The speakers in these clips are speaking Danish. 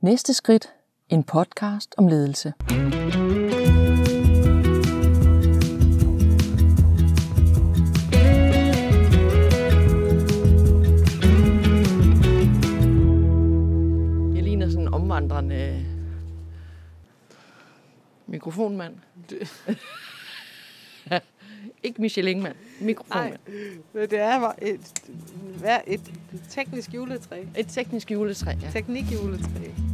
Næste skridt, en podcast om ledelse. Jeg ligner sådan en omvandrende mikrofonmand. Ikke Michelin-mand, mikrofonmand. Nej, det er et teknisk juletræ. Et teknisk juletræ, ja. Teknikjuletræ.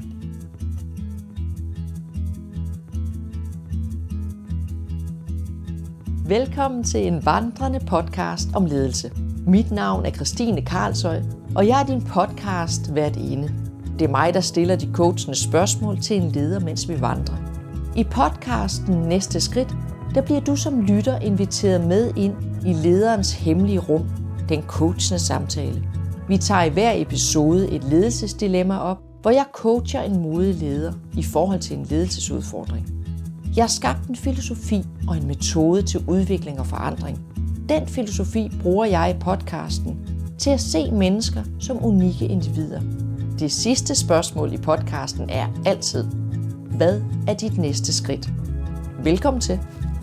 Velkommen til en vandrende podcast om ledelse. Mit navn er Christine Karlshøj, og jeg er din podcast værtinde. Det er mig, der stiller de coachende spørgsmål til en leder, mens vi vandrer. I podcasten Næste skridt, der bliver du som lytter inviteret med ind i lederens hemmelige rum, den coachende samtale. Vi tager i hver episode et ledelsesdilemma op, hvor jeg coacher en modig leder i forhold til en ledelsesudfordring. Jeg har skabt en filosofi og en metode til udvikling og forandring. Den filosofi bruger jeg i podcasten til at se mennesker som unikke individer. Det sidste spørgsmål i podcasten er altid: hvad er dit næste skridt? Velkommen til.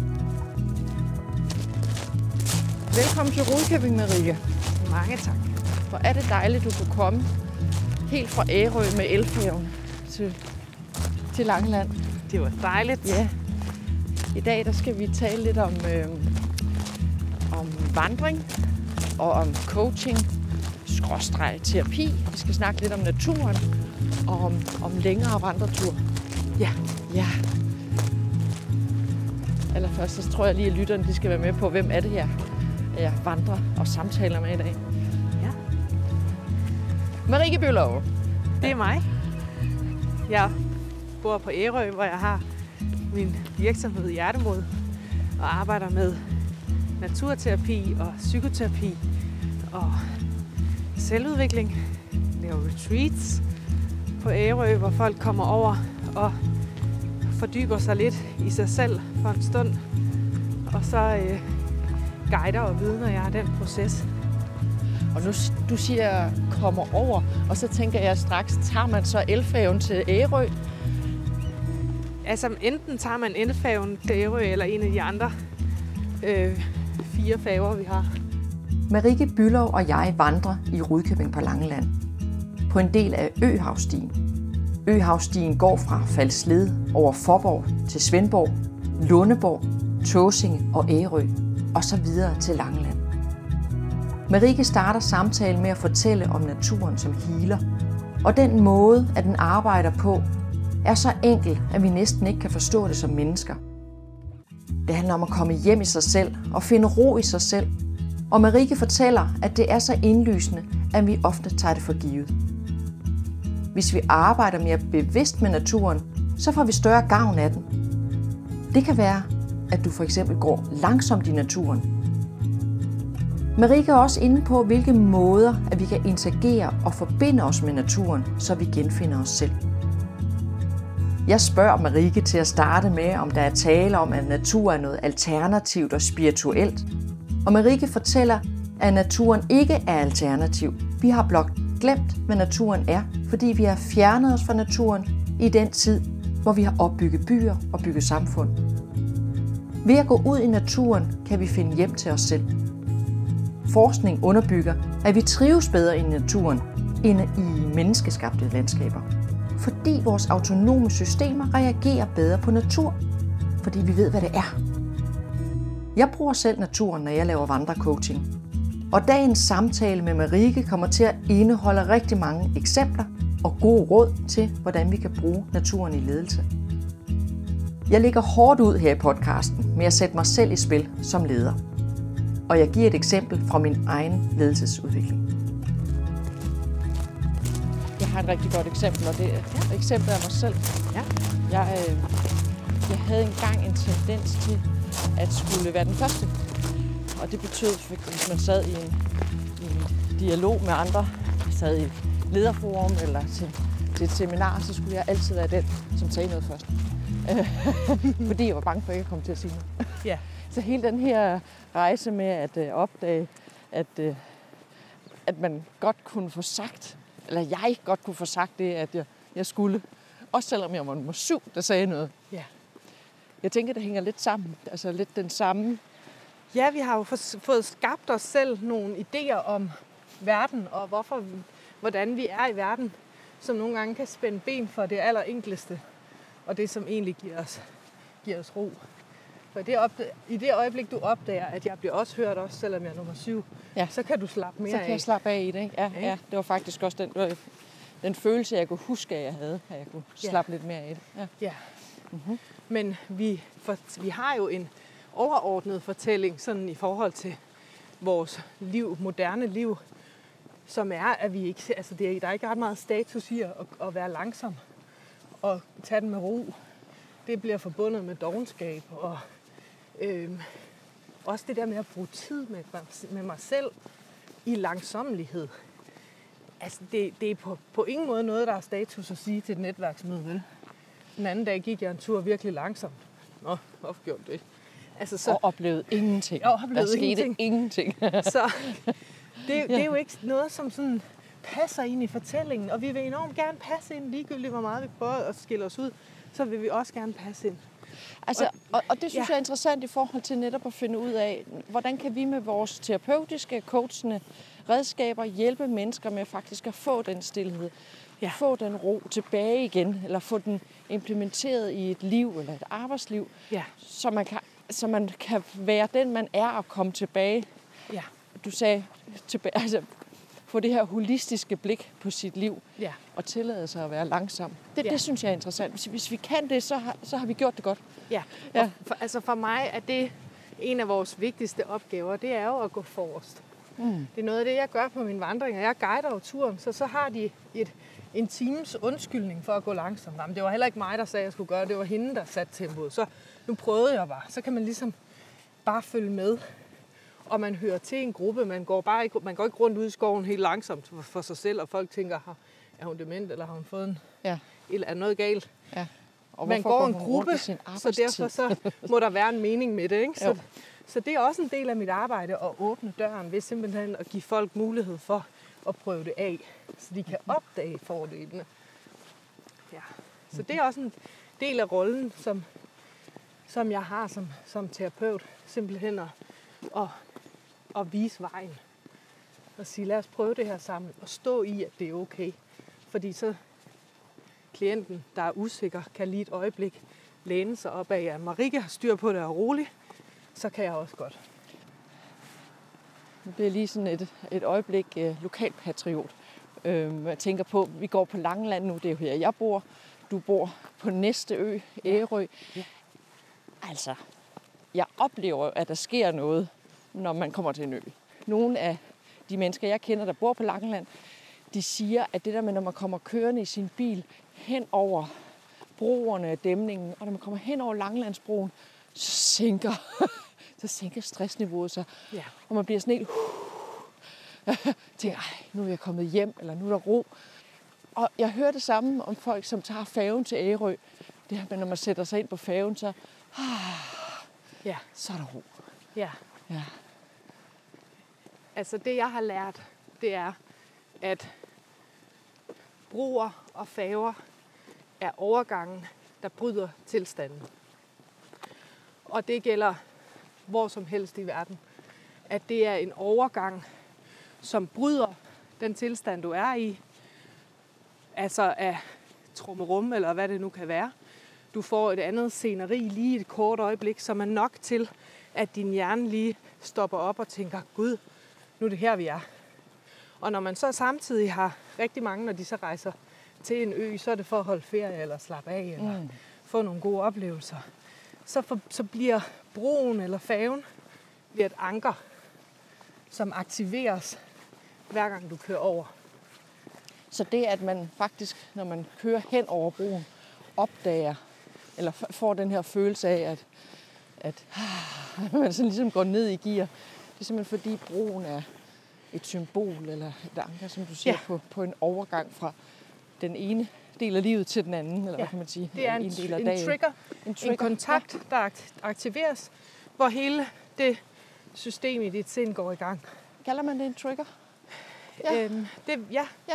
Velkommen til Rudkøbing, Marie. Mange tak. Hvor er det dejligt, du kunne komme helt fra Ærø med elfærgen til Langeland. Det var dejligt. Ja. I dag der skal vi tale lidt om vandring og om coaching, /terapi. Vi skal snakke lidt om naturen og om længere vandretur. Ja. Allerførst så tror jeg lige, at lytterne de skal være med på, hvem er det her, jeg vandrer og samtaler med i dag. Ja. Marie Bülow. Det er mig. Jeg bor på Ærø, hvor jeg har min virksomhed Hjertemod og arbejder med naturterapi og psykoterapi og selvudvikling. Laver retreats på Ærø, hvor folk kommer over og fordyber sig lidt i sig selv for en stund. Og så guider og vidner jeg den proces. Og nu du siger kommer over, og så tænker jeg straks, tager man så elfærgen til Ærø? Altså enten tager man elfærgen til Ærø eller en af de andre 4 færger, vi har. Marie Bülow og jeg vandrer i Rudkøbing på Langeland på en del af Øhavsstien. Øhavsstien går fra Falsled over Fåborg til Svendborg, Lundeborg, Tåsinge og Ærø og så videre til Langeland. Marie starter samtalen med at fortælle om naturen som healer, og den måde, at den arbejder på, er så enkel, at vi næsten ikke kan forstå det som mennesker. Det handler om at komme hjem i sig selv og finde ro i sig selv, og Marie fortæller, at det er så indlysende, at vi ofte tager det for givet. Hvis vi arbejder mere bevidst med naturen, så får vi større gavn af den. Det kan være, at du for eksempel går langsomt i naturen. Marie er også inde på, hvilke måder, at vi kan interagere og forbinde os med naturen, så vi genfinder os selv. Jeg spørger Marie til at starte med, om der er tale om, at natur er noget alternativt og spirituelt. Og Marie fortæller, at naturen ikke er alternativ. Vi har blot glemt, hvad naturen er, fordi vi har fjernet os fra naturen i den tid, hvor vi har opbygget byer og bygget samfund. Ved at gå ud i naturen, kan vi finde hjem til os selv. Forskning underbygger, at vi trives bedre i naturen, end i menneskeskabte landskaber. Fordi vores autonome systemer reagerer bedre på natur, fordi vi ved, hvad det er. Jeg bruger selv naturen, når jeg laver vandrecoaching. Og dagens samtale med Marie kommer til at indeholde rigtig mange eksempler og gode råd til, hvordan vi kan bruge naturen i ledelse. Jeg lægger hårdt ud her i podcasten med at sætte mig selv i spil som leder. Og jeg giver et eksempel fra min egen ledelsesudvikling. Jeg har et rigtig godt eksempel, og det er eksemplet af mig selv. Ja. Jeg havde engang en tendens til at skulle være den første. Og det betød, at hvis man sad i en dialog med andre, sad i et lederforum eller til et seminar, så skulle jeg altid være den, som sagde noget først. Fordi jeg var bange for ikke at komme til at sige noget. Ja. Så hele den her rejse med at opdage, at man godt kunne få sagt, eller jeg godt kunne få sagt det, at jeg skulle. Også selvom jeg var nummer 7, der sagde noget. Ja. Jeg tænker, det hænger lidt sammen. Altså lidt den samme. Ja, vi har jo fået skabt os selv nogle idéer om verden, og hvordan vi er i verden, som nogle gange kan spænde ben for det allerenkleste, og det, som egentlig giver os ro. For i det øjeblik, du opdager, at jeg bliver også hørt, også selvom jeg er nummer 7, så kan du slappe mere af. Så kan jeg slappe af i det, ikke? Ja. Det var faktisk også den følelse, jeg kunne huske, at jeg havde, at jeg kunne slappe lidt mere af det. Ja. Mm-hmm. Men vi har jo en overordnet fortælling sådan i forhold til vores liv, moderne liv, som er, at vi ikke, altså der er ikke ret meget status i at være langsom og tage den med ro. Det bliver forbundet med dovenskab og også det der med at bruge tid med mig selv i langsommelighed. Altså det er på ingen måde noget, der er status at sige til et netværksmøde, vel? Den anden dag gik jeg en tur virkelig langsomt. Hvorfor gjorde det? Altså, så, og oplevede ingenting. Der skete ingenting. Så det er jo ikke noget, som sådan passer ind i fortællingen, og vi vil enormt gerne passe ind, ligegyldigt hvor meget vi prøver at skille os ud, så vil vi også gerne passe ind. Altså, og det synes jeg er interessant i forhold til netop at finde ud af, hvordan kan vi med vores terapeutiske, coachende redskaber hjælpe mennesker med faktisk at få den stilhed, få den ro tilbage igen, eller få den implementeret i et liv eller et arbejdsliv, så man kan være den, man er, og komme tilbage. Ja. Du sagde, få det her holistiske blik på sit liv, og tillade sig at være langsom. Det synes jeg er interessant. Hvis vi kan det, så har vi gjort det godt. Ja. For mig er det en af vores vigtigste opgaver, det er jo at gå forrest. Det er noget af det, jeg gør på mine vandringer. Jeg guider jo turen, så har de en times undskyldning for at gå langsomt. Jamen, det var heller ikke mig, der sagde, at jeg skulle gøre det. Det var hende, der satte tempoet. Så nu prøvede jeg bare. Så kan man ligesom bare følge med. Og man hører til en gruppe. Man går ikke rundt ud i skoven helt langsomt for sig selv, og folk tænker, er hun dement, eller har hun fået eller er noget galt? Ja. Og man går en gruppe, så derfor så må der være en mening med det. Ikke? Så det er også en del af mit arbejde at åbne døren ved simpelthen at give folk mulighed for at prøve det af, så de kan opdage fordelene. Ja. Så det er også en del af rollen, som jeg har som terapeut, simpelthen at vise vejen. Og sige, lad os prøve det her sammen, og stå i, at det er okay. Fordi så klienten, der er usikker, kan lige et øjeblik læne sig op af, at Marike har styr på det og roligt, så kan jeg også godt. Det bliver lige sådan et øjeblik lokalpatriot. Jeg tænker på, vi går på Langeland nu, det er jo her, jeg bor. Du bor på næste ø, Ærø. Ja. Altså, jeg oplever, at der sker noget, når man kommer til en ø. Nogle af de mennesker, jeg kender, der bor på Langeland, de siger, at det der med, når man kommer kørende i sin bil hen over broerne af dæmningen, og når man kommer hen over Langelandsbroen, så sænker stressniveauet sig. Ja. Og man bliver sådan helt... tænker, nu er jeg kommet hjem, eller nu er der ro. Og jeg hører det samme om folk, som tager færgen til Ærø. Det her med, når man sætter sig ind på færgen, så er der ro. Ja. Altså det, jeg har lært, det er, at broer og færger er overgangen, der bryder tilstanden. Og det gælder hvor som helst i verden. At det er en overgang, som bryder den tilstand, du er i. Altså af trummerum, eller hvad det nu kan være. Du får et andet sceneri lige et kort øjeblik, som er nok til, at din hjerne lige stopper op og tænker, Gud, nu er det her, vi er. Og når man så samtidig har rigtig mange, når de så rejser til en ø, så er det for at holde ferie eller slappe af, eller få nogle gode oplevelser. Så bliver broen eller færgen et anker, som aktiveres, hver gang du kører over. Så det, at man faktisk, når man kører hen over broen, opdager, eller får den her følelse af, at man sådan ligesom går ned i gear, det er simpelthen fordi broen er et symbol, eller et anker, som du siger, på en overgang fra den ene del af livet til den anden, eller hvad kan man sige? Det er en trigger, en kontakt, der aktiveres, hvor hele det system i dit sind går i gang. Kalder man det en trigger? Ja.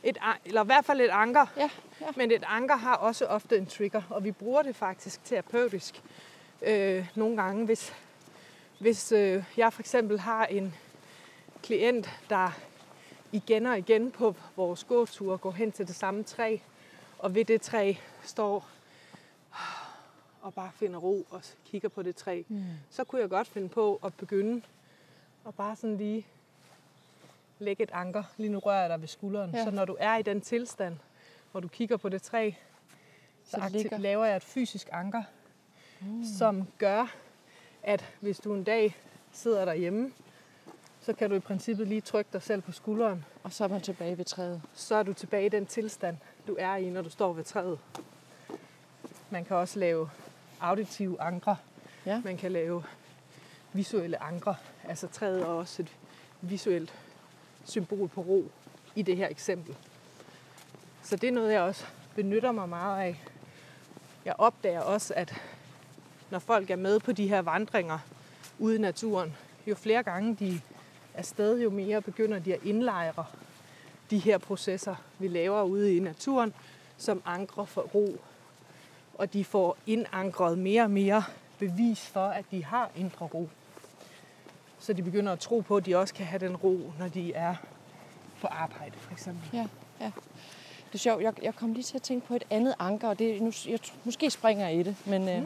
eller i hvert fald et anker. Ja. Men et anker har også ofte en trigger, og vi bruger det faktisk terapeutisk nogle gange. Hvis jeg for eksempel har en klient, der igen og igen på vores gåture går hen til det samme træ, og ved det træ står og bare finder ro og kigger på det træ, så kunne jeg godt finde på at begynde at bare sådan lige lægge et anker. Lige nu rører jeg dig ved skulderen. Ja. Så når du er i den tilstand, hvor du kigger på det træ, så laver jeg et fysisk anker, som gør, at hvis du en dag sidder derhjemme, så kan du i princippet lige trykke dig selv på skulderen. Og så er man tilbage ved træet. Så er du tilbage i den tilstand, du er i, når du står ved træet. Man kan også lave auditive ankre. Ja. Man kan lave visuelle ankre. Altså træet er også et visuelt symbol på ro i det her eksempel. Så det er noget, jeg også benytter mig meget af. Jeg opdager også, at når folk er med på de her vandringer ude i naturen, jo flere gange de er afsted, jo mere begynder de at indlejre de her processer, vi laver ude i naturen, som ankre for ro. Og de får indankret mere og mere bevis for, at de har indre ro. Så de begynder at tro på, at de også kan have den ro, når de er på arbejde, for eksempel. Ja. Det er sjovt. Jeg kom lige til at tænke på et andet anker, og måske springer jeg i det, men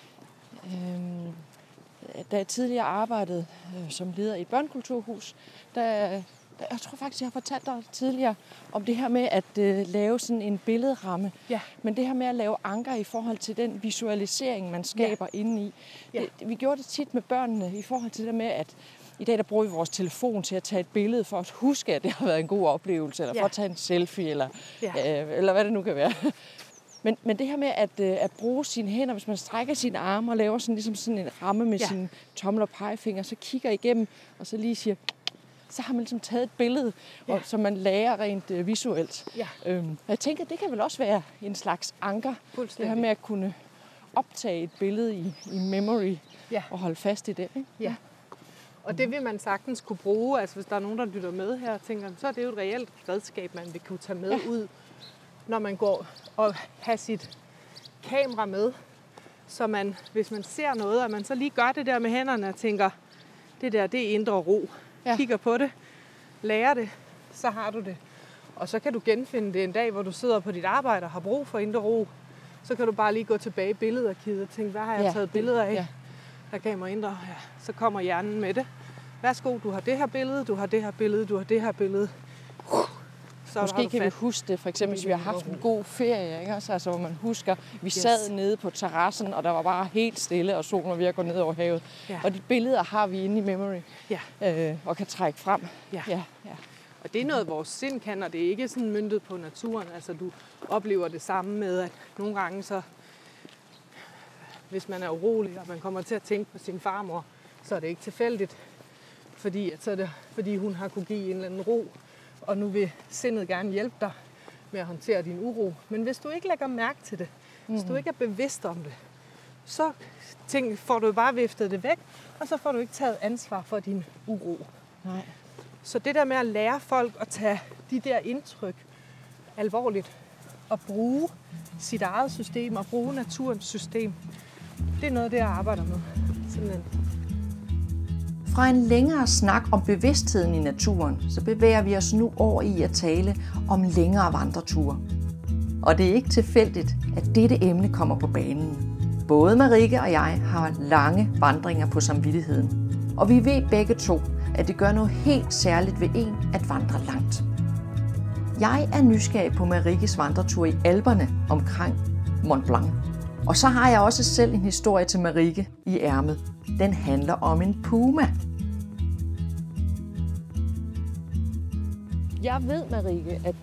da jeg tidligere arbejdede som leder i et børnekulturhus, jeg tror faktisk, jeg har fortalt dig tidligere om det her med at lave sådan en billedramme. Ja. Men det her med at lave anker i forhold til den visualisering, man skaber indeni. Ja. Vi gjorde det tit med børnene i forhold til det med, at i dag der bruger vi vores telefon til at tage et billede for at huske, at det har været en god oplevelse, eller for at tage en selfie, eller hvad det nu kan være. Men det her med at bruge sine hænder, hvis man strækker sine arme og laver ligesom sådan en ramme med sine tommel og pegefinger, så kigger igennem, og så lige siger, så har man ligesom taget et billede, som man lærer rent visuelt. Ja. Jeg tænker, det kan vel også være en slags anker. Det her med at kunne optage et billede i memory og holde fast i det. Ikke? Ja. Og det vil man sagtens kunne bruge, altså hvis der er nogen, der lytter med her og tænker, så er det jo et reelt redskab, man vil kunne tage med ud, når man går og har sit kamera med. Så man, hvis man ser noget, at man så lige gør det der med hænderne og tænker, det er indre ro. Ja. Kigger på det, lærer det, så har du det. Og så kan du genfinde det en dag, hvor du sidder på dit arbejde og har brug for indre ro. Så kan du bare lige gå tilbage i billedarkivet og tænke, hvad har jeg taget billeder af? Ja. Der gav mig indre. Ja. Så kommer hjernen med det. Værsgo, du har det her billede, du har det her billede, du har det her billede. Så måske kan vi huske det, for eksempel hvis vi har haft en god ferie, ikke? Altså, hvor man husker, vi sad nede på terrassen, og der var bare helt stille, og solen var ved at gå ned over havet. Ja. Og de billeder har vi inde i memory, og kan trække frem. Ja. Og det er noget, vores sind kan, og det er ikke sådan møntet på naturen. Altså, du oplever det samme med, at nogle gange så, hvis man er urolig, og man kommer til at tænke på sin farmor, så er det ikke tilfældigt, fordi hun har kunne give en eller anden ro, og nu vil sindet gerne hjælpe dig med at håndtere din uro. Men hvis du ikke lægger mærke til det, hvis du ikke er bevidst om det, så får du bare viftet det væk, og så får du ikke taget ansvar for din uro. Nej. Så det der med at lære folk at tage de der indtryk alvorligt, og bruge sit eget system, og bruge naturens system, det er noget, det jeg arbejder med. Simpelthen. Fra en længere snak om bevidstheden i naturen, så bevæger vi os nu over i at tale om længere vandreture. Og det er ikke tilfældigt, at dette emne kommer på banen. Både Marikke og jeg har lange vandringer på samvittigheden. Og vi ved begge to, at det gør noget helt særligt ved en at vandre langt. Jeg er nysgerrig på Marikkes vandretur i Alperne omkring Mont Blanc. Og så har jeg også selv en historie til Marikke i ærmet. Den handler om en puma. Jeg ved, Marikke, at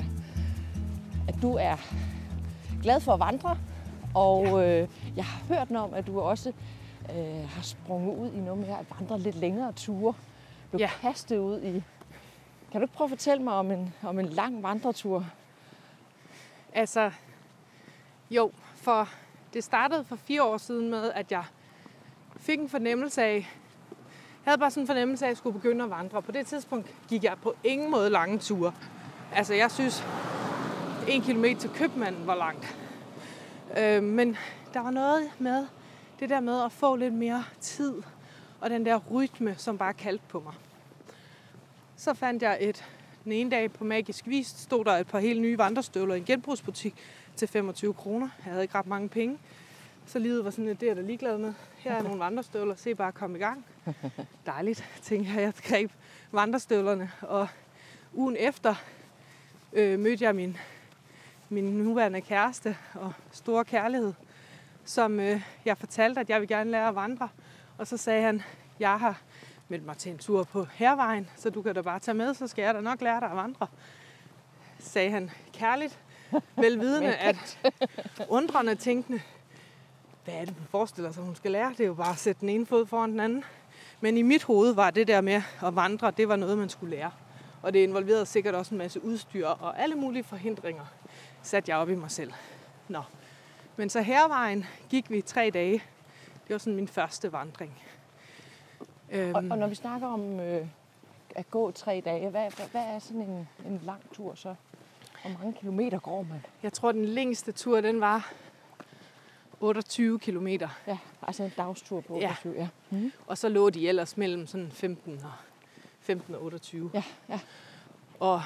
du er glad for at vandre, og jeg har hørt noget om, at du også har sprunget ud i noget med at vandre lidt længere ture. Du kastet ud i. Kan du ikke prøve at fortælle mig om en lang vandretur? Altså, jo, for det startede for 4 år siden med, at jeg fik en fornemmelse af, jeg havde bare sådan en fornemmelse af, at jeg skulle begynde at vandre. På det tidspunkt gik jeg på ingen måde lange ture. Altså, jeg synes, 1 kilometer til købmanden var langt. Men der var noget med det der med at få lidt mere tid, og den der rytme, som bare kaldte på mig. Så fandt jeg den ene dag på Magisk Vis, stod der et par helt nye vandrestøvler i en genbrugsbutik til 25 kroner. Jeg havde ikke ret mange penge. Så livet var sådan lidt, det er der ligeglad med. Her er nogle vandrestøvler, se bare komme i gang. Dejligt, tænkte jeg. Jeg greb vandrestøvlerne, og ugen efter mødte jeg min nuværende kæreste og store kærlighed, som jeg fortalte, at jeg vil gerne lære at vandre. Og så sagde han, jeg har meldt mig til en tur på Hærvejen, så du kan da bare tage med, så skal jeg da nok lære dig at vandre. Sagde han kærligt, velvidende, at undrende tænkende, hvad er det, hun forestiller sig, hun skal lære? Det er jo bare at sætte den ene fod foran den anden. Men i mit hoved var det der med at vandre, det var noget, man skulle lære. Og det involverede sikkert også en masse udstyr og alle mulige forhindringer, satte jeg op i mig selv. Nå. Men så Hærvejen gik vi 3 dage. Det var sådan min første vandring. Og når vi snakker om at gå 3 dage, hvad er sådan en lang tur så? Hvor mange kilometer går man? Jeg tror, den længste tur, den var 28 kilometer. Ja, altså en dagstur på 28, ja. Mm-hmm. Og så lå de ellers mellem sådan 15 og 28. Ja, ja. Og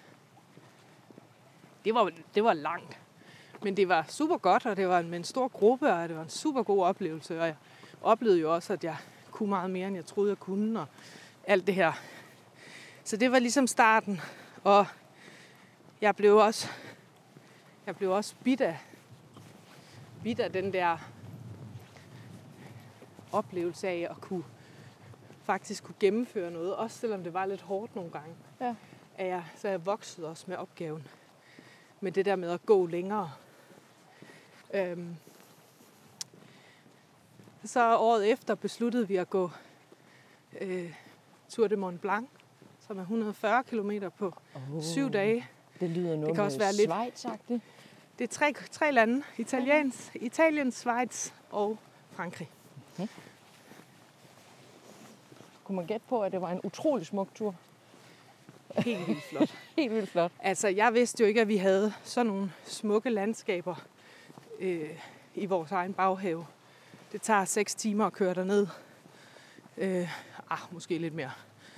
det var langt. Men det var super godt, og det var med en stor gruppe, og det var en super god oplevelse. Og jeg oplevede jo også, at jeg kunne meget mere, end jeg troede, jeg kunne, og alt det her. Så det var ligesom starten. Og jeg blev også bidt af den der oplevelse af at faktisk kunne gennemføre noget, også selvom det var lidt hårdt nogle gange. Ja. Så jeg voksede også med opgaven. Med det der med at gå længere. Så året efter besluttede vi at gå Tour de Mont Blanc, som er 140 kilometer på 7 dage. Det lyder noget det kan også være lidt Schweiz-agtigt. Det er 3 lande. Italien, Schweiz og Frankrig. Okay. Kunne man gætte på, at det var en utrolig smuk tur? Helt vildt flot. Helt vildt flot. Altså, jeg vidste jo ikke, at vi havde sådan nogle smukke landskaber i vores egen baghave. Det tager 6 timer at køre derned. Måske lidt mere.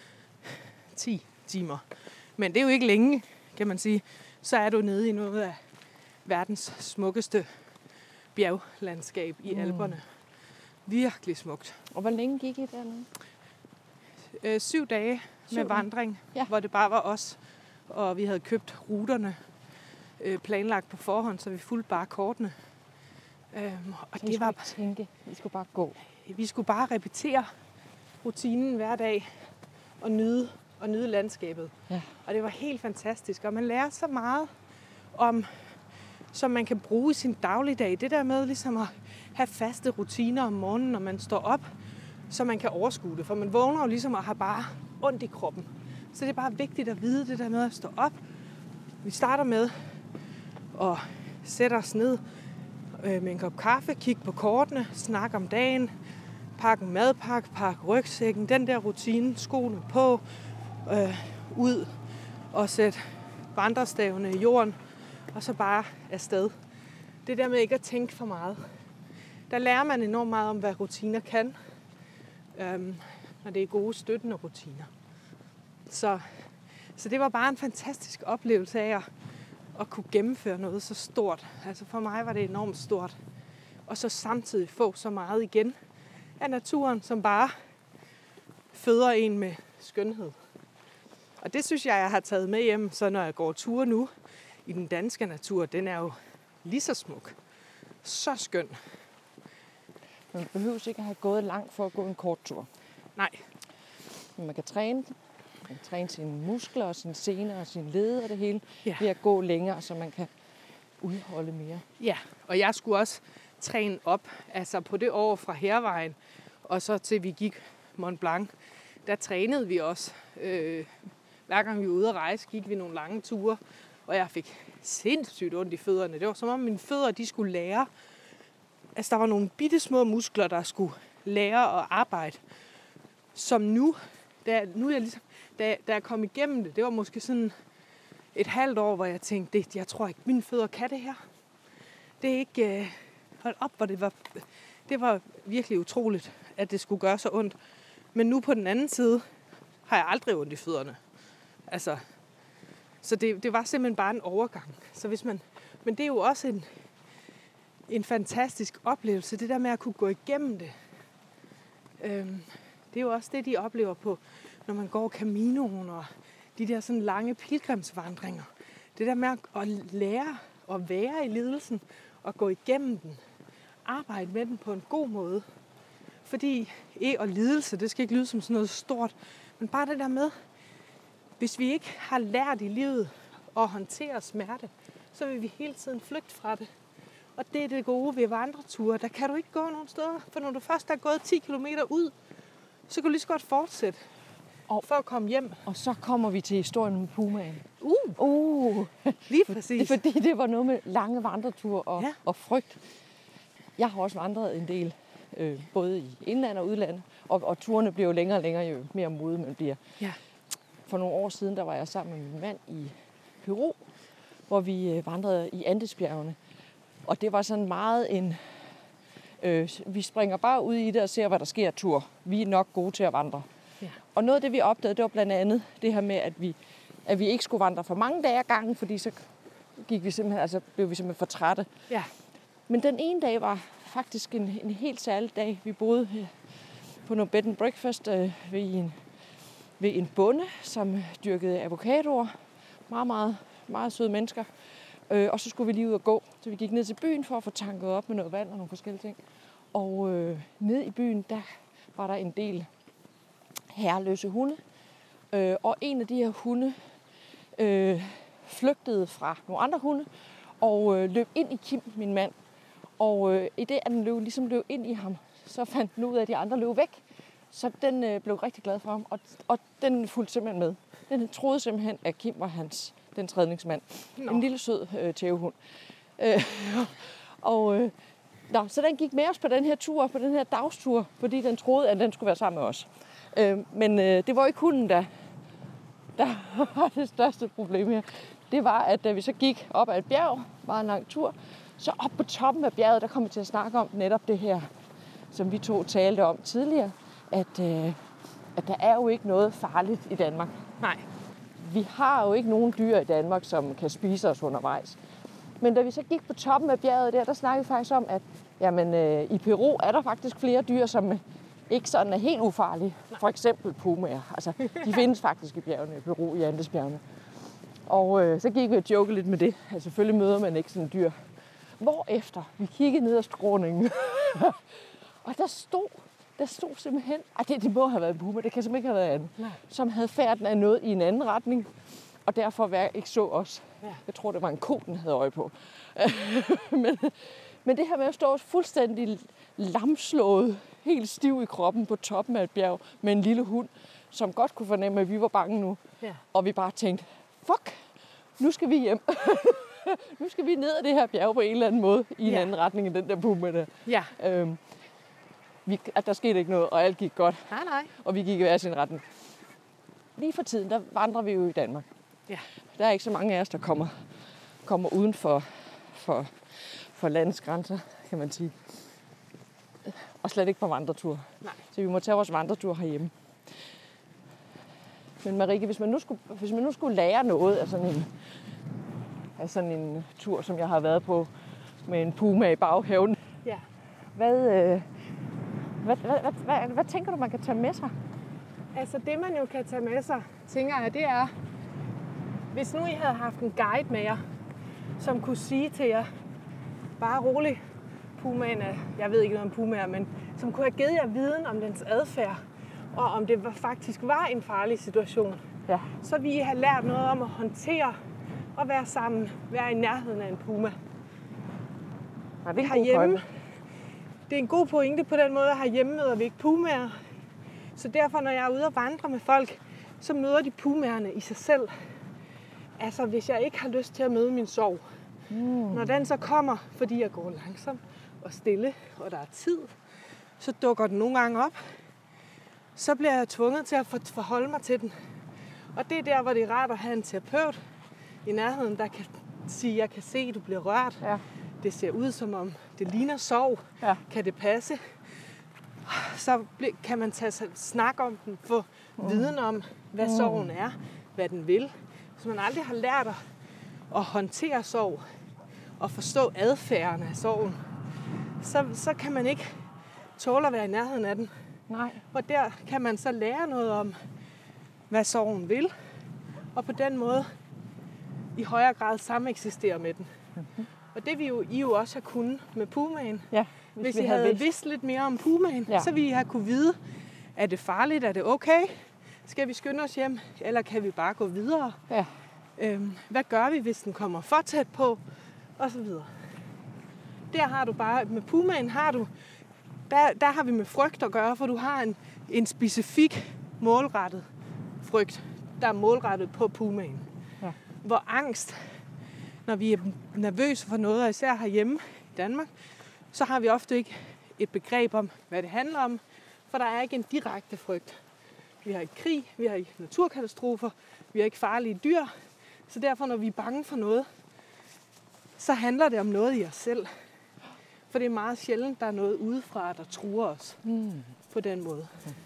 10 timer. Men det er jo ikke længe, kan man sige. Så er du nede i noget af verdens smukkeste bjerglandskab i Alperne. Virkelig smukt. Og hvor længe gik I dernede? 7 dage med vandring, hvor det bare var os. Og vi havde købt ruterne planlagt på forhånd, så vi fulgte bare kortene. Og det var tænke, vi skulle bare gå. Vi skulle bare repetere rutinen hver dag og nyde landskabet. Ja. Og det var helt fantastisk. Og man lærer så meget om, som man kan bruge i sin dagligdag. Det der med ligesom at have faste rutiner om morgenen, når man står op, så man kan overskue det. For man vågner jo ligesom at have bare ondt i kroppen. Så det er bare vigtigt at vide det der med at stå op. Vi starter med at sætte os ned med en kop kaffe, kigge på kortene, snakke om dagen, pakke en madpakke, pakke rygsækken, den der rutine, skoene på, ud og sætte vandrestavene i jorden, og så bare afsted. Det der med ikke at tænke for meget. Der lærer man enormt meget om, hvad rutiner kan, når det er gode støttende rutiner. Så det var bare en fantastisk oplevelse af at kunne gennemføre noget så stort. Altså for mig var det enormt stort. Og så samtidig få så meget igen af naturen, som bare føder en med skønhed. Og det synes jeg har taget med hjem, så når jeg går ture nu i den danske natur, den er jo lige så smuk. Så skøn. Man behøver ikke at have gået langt for at gå en kort tur. Nej. Men man kan træne sine muskler og sine sener og sine led og det hele ved at gå længere, så man kan udholde mere. Ja, og jeg skulle også træne op, altså på det år fra Hærvejen, og så til vi gik Mont Blanc, der trænede vi også. Hver gang vi var ude at rejse, gik vi nogle lange ture, og jeg fik sindssygt ondt i fødderne. Det var som om mine fødder, de skulle lære. Altså der var nogle bitte små muskler, der skulle lære at arbejde. Som nu, da jeg kom igennem det, det var måske sådan et halvt år, hvor jeg tænkte, jeg tror ikke, mine fødder kan det her. Det er ikke... hold op, hvor det var virkelig utroligt, at det skulle gøre så ondt. Men nu på den anden side har jeg aldrig ondt i fødderne. Altså, så det var simpelthen bare en overgang. Så men det er jo også en fantastisk oplevelse, det der med at kunne gå igennem det. Det er jo også det, de oplever på, når man går Caminoen og de der sådan lange pilgrimsvandringer. Det der med at lære at være i lidelsen og gå igennem den. Arbejde med den på en god måde. Fordi og lidelse, det skal ikke lyde som sådan noget stort, men bare det der med, hvis vi ikke har lært i livet at håndtere smerte, så vil vi hele tiden flygte fra det. Og det er det gode ved vandreture. Der kan du ikke gå nogen steder, for når du først er gået 10 kilometer ud, så kan du lige så godt fortsætte for at komme hjem. Og så kommer vi til historien om pumaen. Lige præcis. Fordi det var noget med lange vandreture og frygt. Jeg har også vandret en del, både i indland og udland, og turene bliver jo længere og længere, jo mere modig man bliver. Ja. For nogle år siden, der var jeg sammen med min mand i Peru, hvor vi vandrede i Andesbjergene. Og det var sådan meget en... vi springer bare ud i det og ser, hvad der sker tur. Vi er nok gode til at vandre. Ja. Og noget af det, vi opdagede, det var blandt andet det her med, at vi ikke skulle vandre for mange dage ad gangen, fordi så blev vi simpelthen for trætte. Ja. Men den ene dag var faktisk en helt særlig dag. Vi boede på noget bed and breakfast ved en bonde, som dyrkede avocadoer. Meget, meget, meget søde mennesker. Og så skulle vi lige ud og gå. Så vi gik ned til byen for at få tanket op med noget vand og nogle forskellige ting. Og ned i byen, der var der en del herreløse hunde. Og en af de her hunde flygtede fra nogle andre hunde og løb ind i Kim, min mand. Og i det, at den løb ind i ham, så fandt den ud af, at de andre løb væk. Så den blev rigtig glad for ham, og den fulgte simpelthen med. Den troede simpelthen, at Kim var den redningsmand. En lille sød tævehund. Så den gik med os på den her tur, på den her dagstur, fordi den troede, at den skulle være sammen med os. Men det var ikke hunden, der var det største problem her. Det var, at da vi så gik op ad et bjerg, meget en lang tur, så op på toppen af bjerget, der kom vi til at snakke om netop det her, som vi to talte om tidligere, at der er jo ikke noget farligt i Danmark. Nej. Vi har jo ikke nogen dyr i Danmark, som kan spise os undervejs. Men da vi så gik på toppen af bjerget der snakkede vi faktisk om, at i Peru er der faktisk flere dyr, som ikke sådan er helt ufarlige. Nej. For eksempel pumaer. Altså, de findes faktisk i bjergene i Peru, i Andesbjergene. Og så gik vi og jokede lidt med det. Altså, selvfølgelig møder man ikke sådan en dyr. Hvorefter vi kiggede ned ad skråningen. Og der stod simpelthen... det må have været en puma, det kan simpelthen ikke have været andet. Nej. Som havde færden af noget i en anden retning. Og derfor ikke så os. Ja. Jeg tror, det var en ko, den havde øje på. men det her med at stå fuldstændig lamslået, helt stiv i kroppen på toppen af et bjerg med en lille hund, som godt kunne fornemme, at vi var bange nu. Ja. Og vi bare tænkte, fuck, nu skal vi hjem. Nu skal vi ned ad det her bjerg på en eller anden måde, i en anden retning end den der puma der. Ja. Der skete ikke noget, og alt gik godt. Nej. Og vi gik i hver sin retning. Lige for tiden, der vandrer vi jo i Danmark. Ja. Der er ikke så mange af os, der kommer uden for landets grænser, kan man sige. Og slet ikke på vandretur. Nej. Så vi må tage vores vandretur herhjemme. Men Marike, hvis man nu skulle lære noget af sådan en tur, som jeg har været på med en puma i baghaven. Ja. Hvad tænker du, man kan tage med sig? Altså det, man jo kan tage med sig, tænker jeg, det er, hvis nu I havde haft en guide med jer, som kunne sige til jer, bare rolig, pumaen er, jeg ved ikke noget om pumaer, men som kunne have givet jer viden om dens adfærd, og om det faktisk var en farlig situation, så ville I have lært noget om at håndtere og være sammen, være i nærheden af en puma. Ja, det er herhjemme. Det er en god pointe på den måde, at herhjemme møder vi ikke pumaer. Så derfor, når jeg er ude og vandre med folk, så møder de pumaerne i sig selv. Altså, hvis jeg ikke har lyst til at møde min sorg. Når den så kommer, fordi jeg går langsomt og stille, og der er tid, så dukker den nogle gange op. Så bliver jeg tvunget til at forholde mig til den. Og det er der, hvor det er rart at have en terapeut, i nærheden, der kan sige, jeg kan se, at du bliver rørt. Ja. Det ser ud som om, det ligner sorg. Ja. Kan det passe? Så kan man snak om den, få viden om, hvad sorgen er, hvad den vil. Hvis man aldrig har lært at håndtere sorg og forstå adfærden af sorgen, så kan man ikke tåle at være i nærheden af den. Nej. Og der kan man så lære noget om, hvad sorgen vil, og på den måde i højere grad sameksistere med den. Mm-hmm. Og det vil I jo også have kunnet med pumaen. Ja, hvis I havde vidst lidt mere om pumaen, så ville I have kunne vide, er det farligt, er det okay? Skal vi skynde os hjem, eller kan vi bare gå videre? Ja. Hvad gør vi, hvis den kommer for tæt på? Og så videre. Der har du bare, med pumaen der har vi med frygt at gøre, for du har en specifik målrettet frygt, der er målrettet på pumaen. Ja. Hvor angst, når vi er nervøse for noget, og især herhjemme i Danmark, så har vi ofte ikke et begreb om, hvad det handler om, for der er ikke en direkte frygt. Vi har ikke krig, vi har ikke naturkatastrofer, vi har ikke farlige dyr, så derfor, når vi er bange for noget, så handler det om noget i os selv. For det er meget sjældent, der er noget udefra, der truer os på den måde.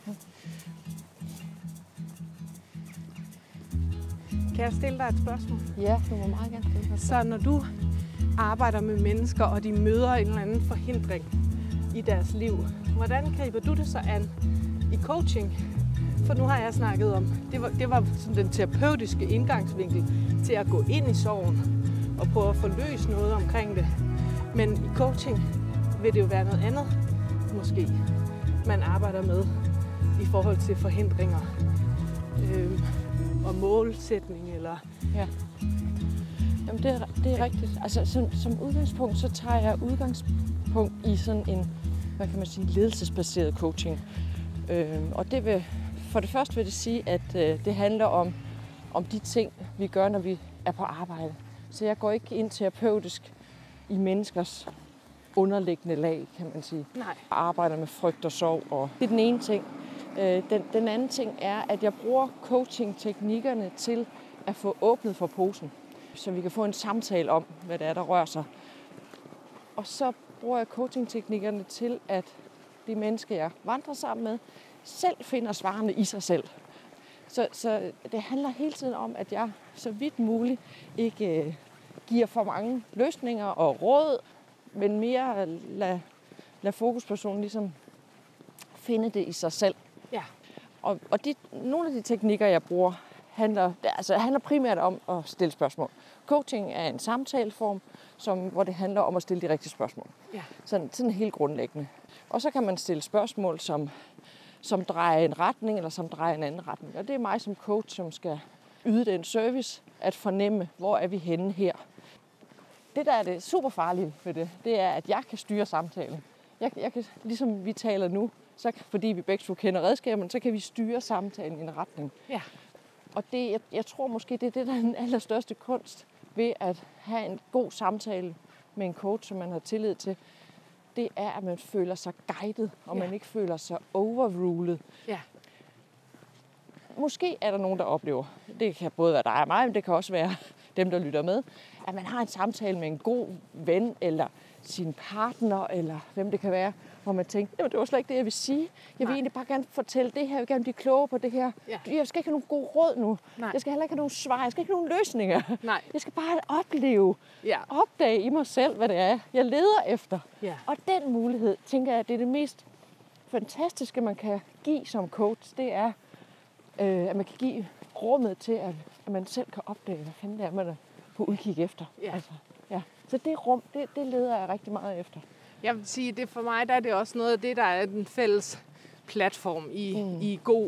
Kan jeg stille dig et spørgsmål? Ja, du må meget gerne stille dig. Så når du arbejder med mennesker, og de møder en eller anden forhindring i deres liv, hvordan griber du det så an i coaching? For nu har jeg snakket om, det var sådan den terapeutiske indgangsvinkel til at gå ind i sorgen og prøve at få løst noget omkring det. Men i coaching vil det jo være noget andet, måske, man arbejder med i forhold til forhindringer og målsætning. Eller ja. Jamen, det er rigtigt. Altså, som udgangspunkt, så tager jeg udgangspunkt i sådan en, hvad kan man sige, ledelsesbaseret coaching. Og for det første vil det sige, at det handler om de ting, vi gør, når vi er på arbejde. Så jeg går ikke ind terapeutisk i menneskers underliggende lag, kan man sige. Nej. Jeg arbejder med frygt og sorg, og det er den ene ting. Den anden ting er, at jeg bruger coaching-teknikkerne til at få åbnet for posen, så vi kan få en samtale om, hvad det er, der rører sig. Og så bruger jeg coaching-teknikkerne til, at de mennesker, jeg vandrer sammen med, selv finder svarene i sig selv. Så det handler hele tiden om, at jeg så vidt muligt ikke giver for mange løsninger og råd, men mere lad fokuspersonen ligesom finde det i sig selv. Ja. Og nogle af de teknikker, jeg bruger, handler primært om at stille spørgsmål. Coaching er en samtaleform, hvor det handler om at stille de rigtige spørgsmål. Ja. Sådan helt grundlæggende. Og så kan man stille spørgsmål, som drejer en retning, eller som drejer en anden retning. Og det er mig som coach, som skal yde den service, at fornemme, hvor er vi henne her. Det, der er det super farlige ved det er, at jeg kan styre samtalen. Jeg kan, ligesom vi taler nu, så fordi vi begge to kender redskaberne, så kan vi styre samtalen i en retning. Ja. Og jeg tror måske, det er det, der er den allerstørste kunst ved at have en god samtale med en coach, som man har tillid til. Det er, at man føler sig guidet, og man ikke føler sig overrulet. Ja. Måske er der nogen, der oplever, det kan både være dig og mig, men det kan også være dem, der lytter med, at man har en samtale med en god ven, eller sin partner, eller hvem det kan være, hvor man tænker, det var slet ikke det, jeg vil sige. Jeg vil egentlig bare gerne fortælle det her, jeg vil gerne blive klogere på det her. Ja. Jeg skal ikke have nogen gode råd nu. Nej. Jeg skal heller ikke have nogen svar, jeg skal ikke have nogen løsninger. Nej. Jeg skal bare opleve, opdage i mig selv, hvad det er, jeg leder efter. Ja. Og den mulighed, tænker jeg, det er det mest fantastiske, man kan give som coach, det er, at man kan give rummet til, at man selv kan opdage, hvad fanden det er, man er på udkig efter. Ja. Altså, ja. Så det rum, det leder jeg rigtig meget efter. Jeg vil sige, det for mig der er det også noget af det, der er den fælles platform i god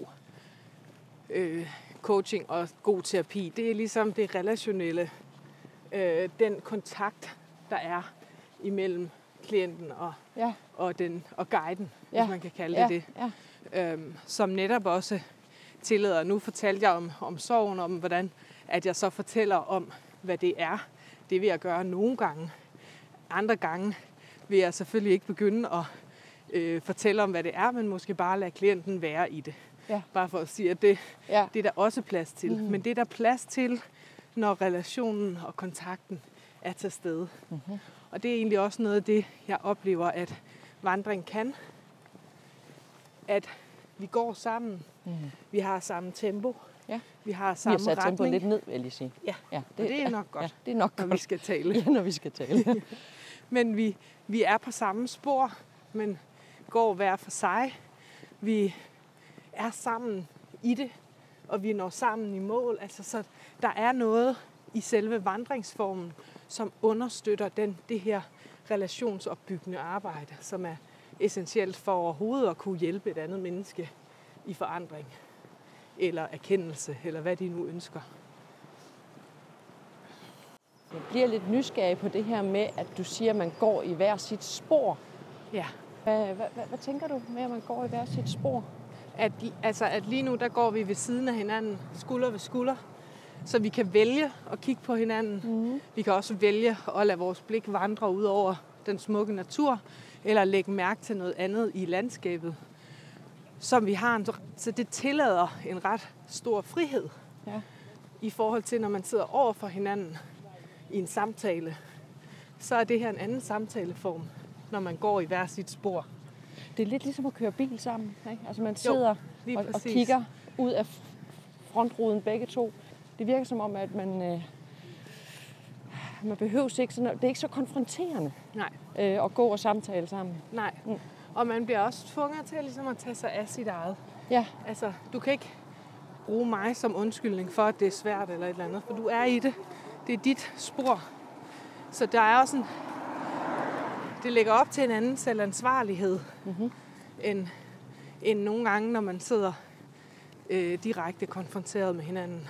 coaching og god terapi. Det er ligesom det relationelle, den kontakt, der er imellem klienten og guiden, hvis man kan kalde det det. Ja. Som netop også tillader. Nu fortalte jeg om sorgen, om hvordan at jeg så fortæller om, hvad det er. Det vil jeg gøre nogle gange. Andre gange vil jeg selvfølgelig ikke begynde at fortælle om, hvad det er, men måske bare lade klienten være i det. Ja. Bare for at sige, at det er der også plads til. Men det er der plads til, når relationen og kontakten er til stede. Mm-hmm. Og det er egentlig også noget af det, jeg oplever, at vandring kan. At vi går sammen, vi har samme tempo, vi har samme retning. Vi har sat tempoet lidt ned, vil jeg lige sige. Ja, det er nok godt, det er nok når godt. Vi skal tale. Ja, når vi skal tale. Men vi er på samme spor, men går hver for sig. Vi er sammen i det, og vi når sammen i mål. Altså, så der er noget i selve vandringsformen, som understøtter det her relationsopbyggende arbejde, som er essentielt for overhovedet at kunne hjælpe et andet menneske i forandring, eller erkendelse, eller hvad de nu ønsker. Jeg bliver lidt nysgerrig på det her med, at du siger, at man går i hver sit spor. Ja. Hvad tænker du med, at man går i hver sit spor? At lige nu, der går vi ved siden af hinanden, skulder ved skulder, så vi kan vælge at kigge på hinanden. Mm. Vi kan også vælge at lade vores blik vandre ud over den smukke natur, eller lægge mærke til noget andet i landskabet, som vi har. Så det tillader en ret stor frihed i forhold til, når man sidder over for hinanden i en samtale. Så er det her en anden samtaleform, når man går i hver sit spor. Det er lidt ligesom at køre bil sammen, ikke? Altså man sidder og kigger ud af frontruden begge to. Det virker som om, at man behøver ikke sådan, det er ikke så konfronterende. Nej. At gå og samtale sammen. Nej. Mm. Og man bliver også tvunget til ligesom at tage sig af sit eget. Ja. Altså, du kan ikke bruge mig som undskyldning for, at det er svært eller et eller andet, for du er i det. Det er dit spor. Så der er også det lægger op til en anden selvansvarlighed, end nogle gange, når man sidder direkte konfronteret med hinanden.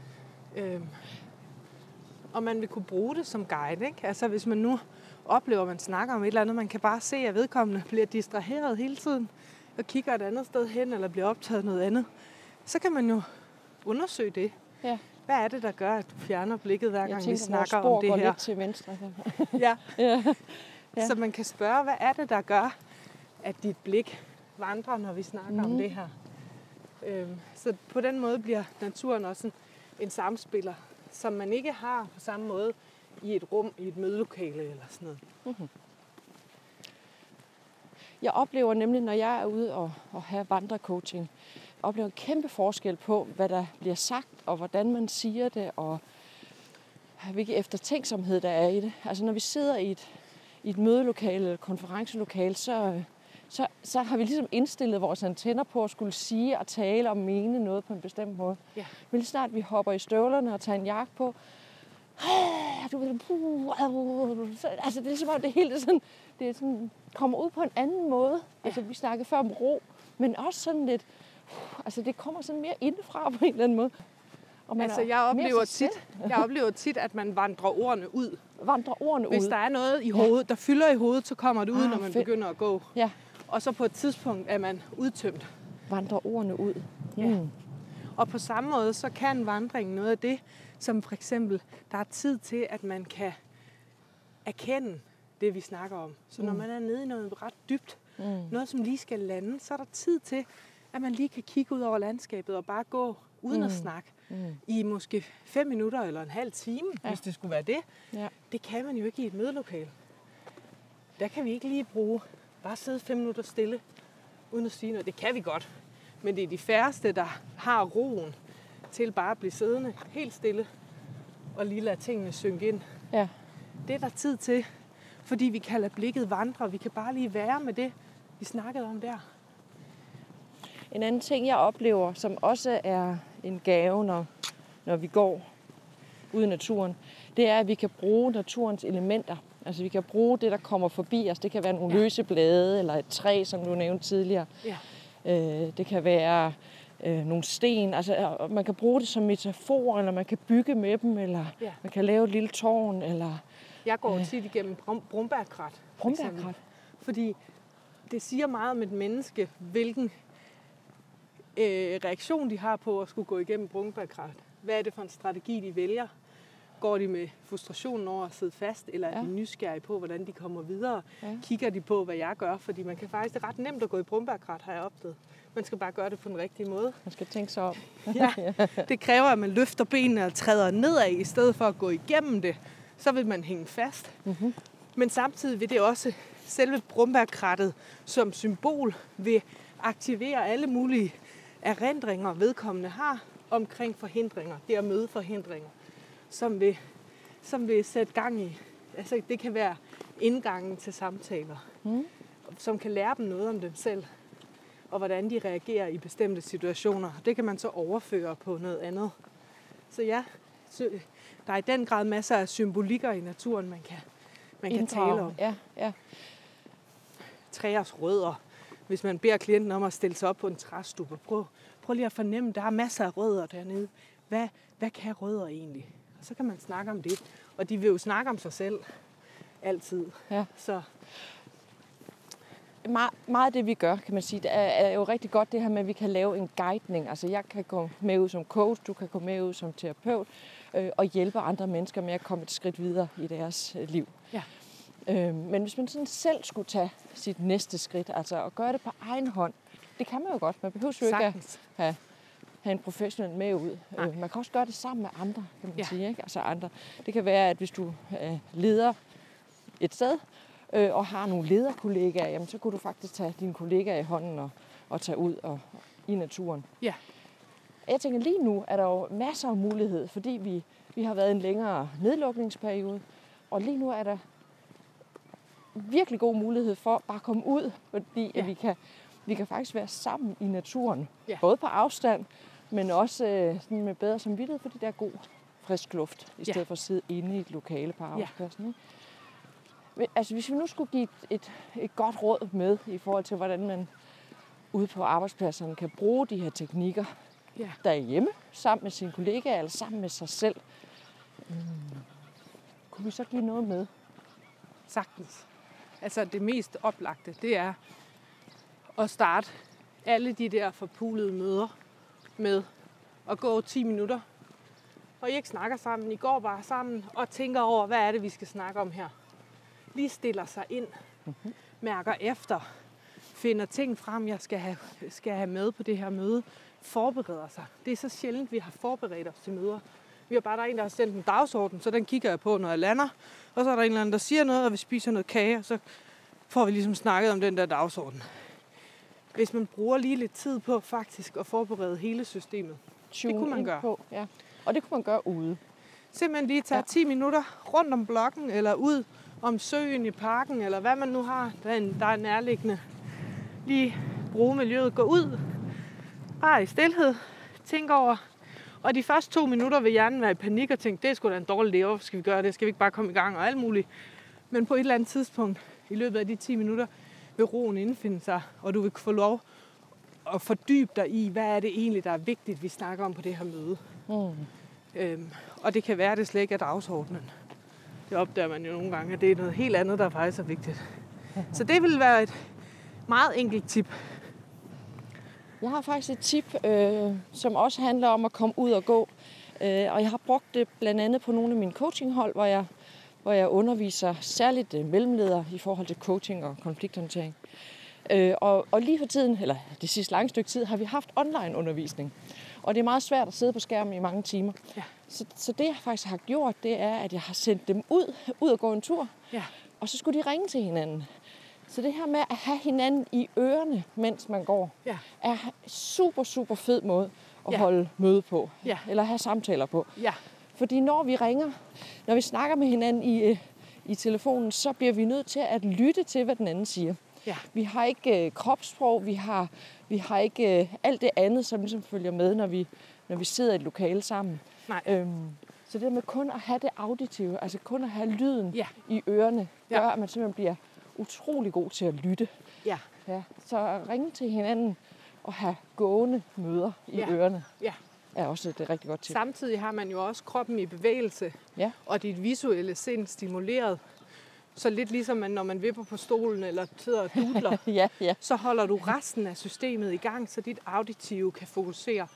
Og man vil kunne bruge det som guide, ikke? Altså hvis man nu oplever, at man snakker om et eller andet, man kan bare se, at vedkommende bliver distraheret hele tiden, og kigger et andet sted hen, eller bliver optaget noget andet, så kan man jo undersøge det. Ja. Hvad er det, der gør, at du fjerner blikket, hver gang vi snakker om det her? Jeg tænker, vores spor går lidt til venstre. Ja. Så man kan spørge, hvad er det, der gør, at dit blik vandrer, når vi snakker om det her? Så på den måde bliver naturen også en samspiller, som man ikke har på samme måde i et rum, i et mødelokale eller sådan noget. Mm-hmm. Jeg oplever nemlig, når jeg er ude og have vandrecoaching, oplever en kæmpe forskel på, hvad der bliver sagt, og hvordan man siger det, og hvilken eftertænksomhed der er i det. Altså når vi sidder i et mødelokale eller konferencelokale, så har vi ligesom indstillet vores antenner på at skulle sige og tale og mene noget på en bestemt måde. Ja. Men lige snart vi hopper i støvlerne og tager en jakke på, altså det er som om det hele det er sådan, kommer ud på en anden måde. Ja. Altså vi snakkede før om ro, men også sådan lidt, altså det kommer sådan mere indefra på en eller anden måde. Altså jeg oplever tit, at man vandrer ordene ud. Hvis der er noget i hovedet, der fylder i hovedet, så kommer det ud, når man begynder at gå. Ja. Og så på et tidspunkt er man udtømt. Vandrer ordene ud. Ja. Og på samme måde, så kan vandringen noget af det, som for eksempel, der er tid til, at man kan erkende det, vi snakker om. Så når man er nede i noget ret dybt, noget som lige skal lande, så er der tid til, at man lige kan kigge ud over landskabet og bare gå uden at snakke i måske 5 minutter eller en halv time, hvis det skulle være det. Ja. Det kan man jo ikke i et mødelokale. Der kan vi ikke lige bare sidde 5 minutter stille, uden at sige noget. Det kan vi godt, men det er de færreste, der har roen til bare at blive siddende helt stille og lige lade tingene synke ind. Ja. Det er der tid til, fordi vi kan lade blikket vandre. Vi kan bare lige være med det, vi snakkede om der. En anden ting, jeg oplever, som også er en gave, når vi går ud i naturen, det er, at vi kan bruge naturens elementer. Altså vi kan bruge det, der kommer forbi os. Det kan være nogle løse blade, eller et træ, som du nævnte tidligere. Ja. Det kan være nogle sten. Altså man kan bruge det som metafor, eller man kan bygge med dem, eller man kan lave et lille tårn. Eller, jeg går tit igennem brombærkrat. Brombærkrat? Fordi det siger meget om et menneske, hvilken reaktion de har på at skulle gå igennem brombærkrat. Hvad er det for en strategi, de vælger? Går de med frustrationen over at sidde fast, eller er de nysgerrige på, hvordan de kommer videre? Ja. Kigger de på, hvad jeg gør? Fordi man kan faktisk, det er ret nemt at gå i brombærkrat, har jeg opdaget. Man skal bare gøre det på den rigtige måde. Man skal tænke sig om. Ja, det kræver, at man løfter benene og træder nedad, i stedet for at gå igennem det. Så vil man hænge fast. Mm-hmm. Men samtidig vil det også selve brombærkrattet som symbol vil aktivere alle mulige erindringer, vedkommende har omkring forhindringer. Det at møde forhindringer, som vil sætte gang i. Altså, det kan være indgangen til samtaler, som kan lære dem noget om dem selv, og hvordan de reagerer i bestemte situationer. Det kan man så overføre på noget andet. Så ja, der er i den grad masser af symbolikker i naturen, man kan tale om. Ja. Træers rødder. Hvis man beder klienten om at stille sig op på en træstube, prøv lige at fornemme, der er masser af rødder dernede. Hvad kan rødder egentlig? Og så kan man snakke om det. Og de vil jo snakke om sig selv altid. Ja. Så meget af det, vi gør, kan man sige, det er jo rigtig godt det her med, at vi kan lave en guidning. Altså jeg kan gå med ud som coach, du kan gå med ud som terapeut og hjælpe andre mennesker med at komme et skridt videre i deres liv. ja. Men hvis man sådan selv skulle tage sit næste skridt, altså at gøre det på egen hånd, det kan man jo godt. Man behøver jo ikke at have en professionel med ud. Man kan også gøre det sammen med andre, kan man sige. Ikke? Altså andre. Det kan være, at hvis du leder et sted, og har nogle lederkollegaer, jamen, så kunne du faktisk tage dine kollegaer i hånden og tage ud i naturen. Ja. Jeg tænker, lige nu er der jo masser af mulighed, fordi vi har været i en længere nedlukningsperiode, og lige nu er der virkelig god mulighed for bare at komme ud, fordi at vi kan faktisk være sammen i naturen. Ja. Både på afstand, men også sådan med bedre samvittighed, fordi der er god frisk luft, i stedet for at sidde inde i et lokale på arbejdspladsen. Ikke? Men, altså, hvis vi nu skulle give et godt råd med i forhold til, hvordan man ude på arbejdspladserne kan bruge de her teknikker derhjemme, sammen med sine kollegaer eller sammen med sig selv, kunne vi så give noget med? Sagtens. Altså det mest oplagte, det er at starte alle de der forpulede møder med at gå 10 minutter. Og I ikke snakker sammen, I går bare sammen og tænker over, hvad er det, vi skal snakke om her. Lige stiller sig ind, mærker efter, finder ting frem, jeg skal have med på det her møde, forbereder sig. Det er så sjældent, vi har forberedt os til møder. Der er en, der har sendt en dagsorden, så den kigger jeg på, når jeg lander. Og så er der en eller anden, der siger noget, og vi spiser noget kage, og så får vi ligesom snakket om den der dagsorden. Hvis man bruger lige lidt tid på faktisk at forberede hele systemet, det kunne man gøre. På, ja. Og det kunne man gøre ude. Simpelthen lige tage 10 minutter rundt om blokken, eller ud om søen i parken, eller hvad man nu har, der er nærliggende. Lige bruge miljøet, gå ud, bare i stilhed, tænk over. Og de første 2 minutter vil hjernen være i panik og tænke, det er sgu da en dårlig idé, hvorfor skal vi gøre det? Skal vi ikke bare komme i gang og alt muligt? Men på et eller andet tidspunkt, i løbet af de 10 minutter, vil roen indfinde sig, og du vil få lov at fordybe dig i, hvad er det egentlig, der er vigtigt, vi snakker om på det her møde. Og det kan være, at det slet ikke er dagsordenen. Det opdager man jo nogle gange, at det er noget helt andet, der faktisk er vigtigt. Så det vil være et meget enkelt tip. Jeg har faktisk et tip, som også handler om at komme ud og gå. Og jeg har brugt det blandt andet på nogle af mine coachinghold, hvor jeg underviser særligt mellemledere i forhold til coaching og konflikthåndtering. Og lige for tiden, eller det sidste lange stykke tid, har vi haft online undervisning. Og det er meget svært at sidde på skærmen i mange timer. Ja. Så det jeg faktisk har gjort, det er, at jeg har sendt dem ud og gå en tur. Ja. Og så skulle de ringe til hinanden. Så det her med at have hinanden i ørerne, mens man går, er super, super fed måde at holde møde på. Ja. Eller have samtaler på. Ja. Fordi når vi snakker med hinanden i telefonen, så bliver vi nødt til at lytte til, hvad den anden siger. Ja. Vi har ikke kropssprog, vi har ikke alt det andet, som ligesom følger med, når vi sidder i et lokale sammen. Nej. Så det med kun at have det auditive, altså kun at have lyden i ørerne, gør, at man simpelthen bliver utrolig god til at lytte. Ja. Så ringe til hinanden og have gående møder i ørerne er også et rigtig godt tip. Samtidig har man jo også kroppen i bevægelse, og dit visuelle sind stimuleret. Så lidt ligesom når man vipper på stolen eller sidder og dudler, så holder du resten af systemet i gang, så dit auditive kan fokusere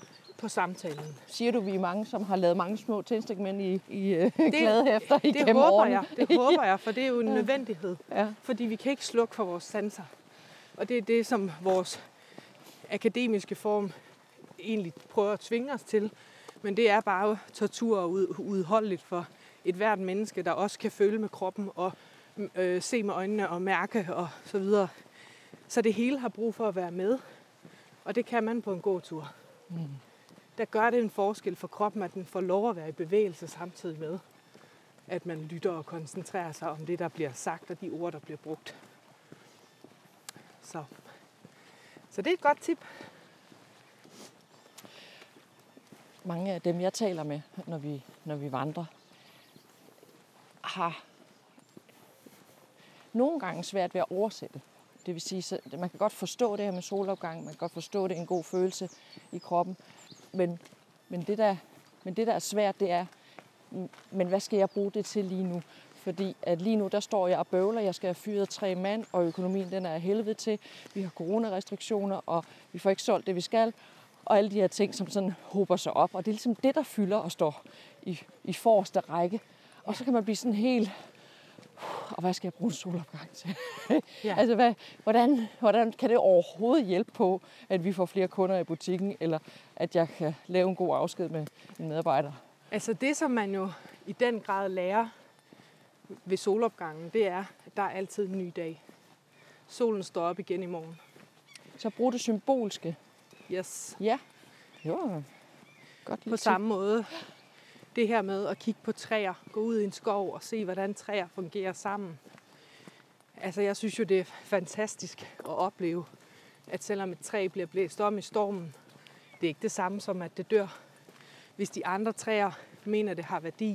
på samtalen. Siger du, vi er mange, som har lavet mange små tændstikmænd i gladehæfter igennem årene? Det håber jeg, for det er jo en nødvendighed. Ja. Fordi vi kan ikke slukke for vores sanser. Og det er det, som vores akademiske form egentlig prøver at tvinge os til. Men det er bare tortur og udholdeligt for et hvert menneske, der også kan føle med kroppen og se med øjnene og mærke og så videre. Så det hele har brug for at være med. Og det kan man på en gåtur. Der gør det en forskel for kroppen, at den får lov at være i bevægelse samtidig med, at man lytter og koncentrerer sig om det, der bliver sagt og de ord, der bliver brugt. Så det er et godt tip. Mange af dem, jeg taler med, når vi vandrer, har nogle gange svært ved at oversætte. Det vil sige, at man kan godt forstå det her med solopgang, man kan godt forstå, at det er en god følelse i kroppen, men det, der er svært, det er, men hvad skal jeg bruge det til lige nu? Fordi at lige nu, der står jeg og bøvler, jeg skal have fyret 3 mand, og økonomien den er helvede til. Vi har coronarestriktioner, og vi får ikke solgt det, vi skal. Og alle de her ting, som sådan hober sig op. Og det er ligesom det, der fylder og står i forreste række. Og så kan man blive sådan helt... Og hvad skal jeg bruge en solopgang til? Ja. Altså, hvordan kan det overhovedet hjælpe på, at vi får flere kunder i butikken, eller at jeg kan lave en god afsked med en medarbejder? Altså det, som man jo i den grad lærer ved solopgangen, det er, at der er altid en ny dag. Solen står op igen i morgen. Så brug det symbolske. Yes. Ja. Jo. Godt På samme måde. Det her med at kigge på træer, gå ud i en skov og se, hvordan træer fungerer sammen. Altså, jeg synes jo, det er fantastisk at opleve, at selvom et træ bliver blæst om i stormen, det er ikke det samme som, at det dør. Hvis de andre træer mener, det har værdi,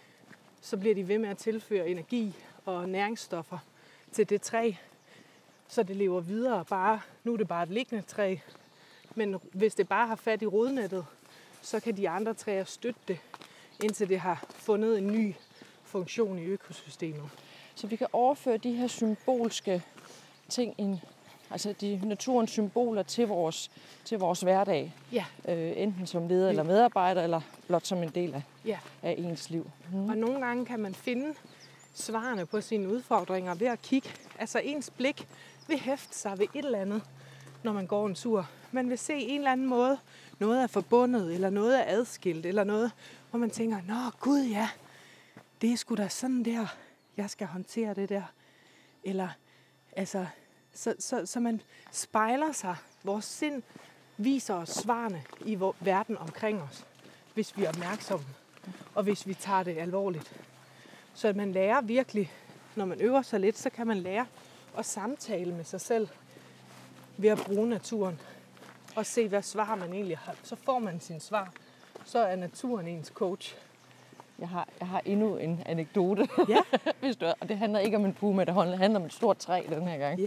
så bliver de ved med at tilføre energi og næringsstoffer til det træ, så det lever videre. Nu er det bare et liggende træ, men hvis det bare har fat i rodnettet, så kan de andre træer støtte det, indtil det har fundet en ny funktion i økosystemet. Så vi kan overføre de her symbolske ting, altså de naturens symboler til vores hverdag. Ja. Enten som leder eller medarbejder, eller blot som en del af ens liv. Og nogle gange kan man finde svarene på sine udfordringer ved at kigge. Altså ens blik vil hæfte sig ved et eller andet, når man går en tur. Man vil se en eller anden måde, noget er forbundet, eller noget er adskilt, eller noget, hvor man tænker, nå gud ja, det er sgu da sådan der, jeg skal håndtere det der. Eller, altså, så man spejler sig. Vores sind viser os svarene i verden omkring os, hvis vi er opmærksomme, og hvis vi tager det alvorligt. Så man lærer virkelig, når man øver sig lidt, så kan man lære at samtale med sig selv ved at bruge naturen og se, hvad svar man egentlig har. Så får man sin svar. Så er naturen ens coach. Jeg har endnu en anekdote, Ja. Og det handler ikke om en puma, det handler om et stort træ den her gang. Ja.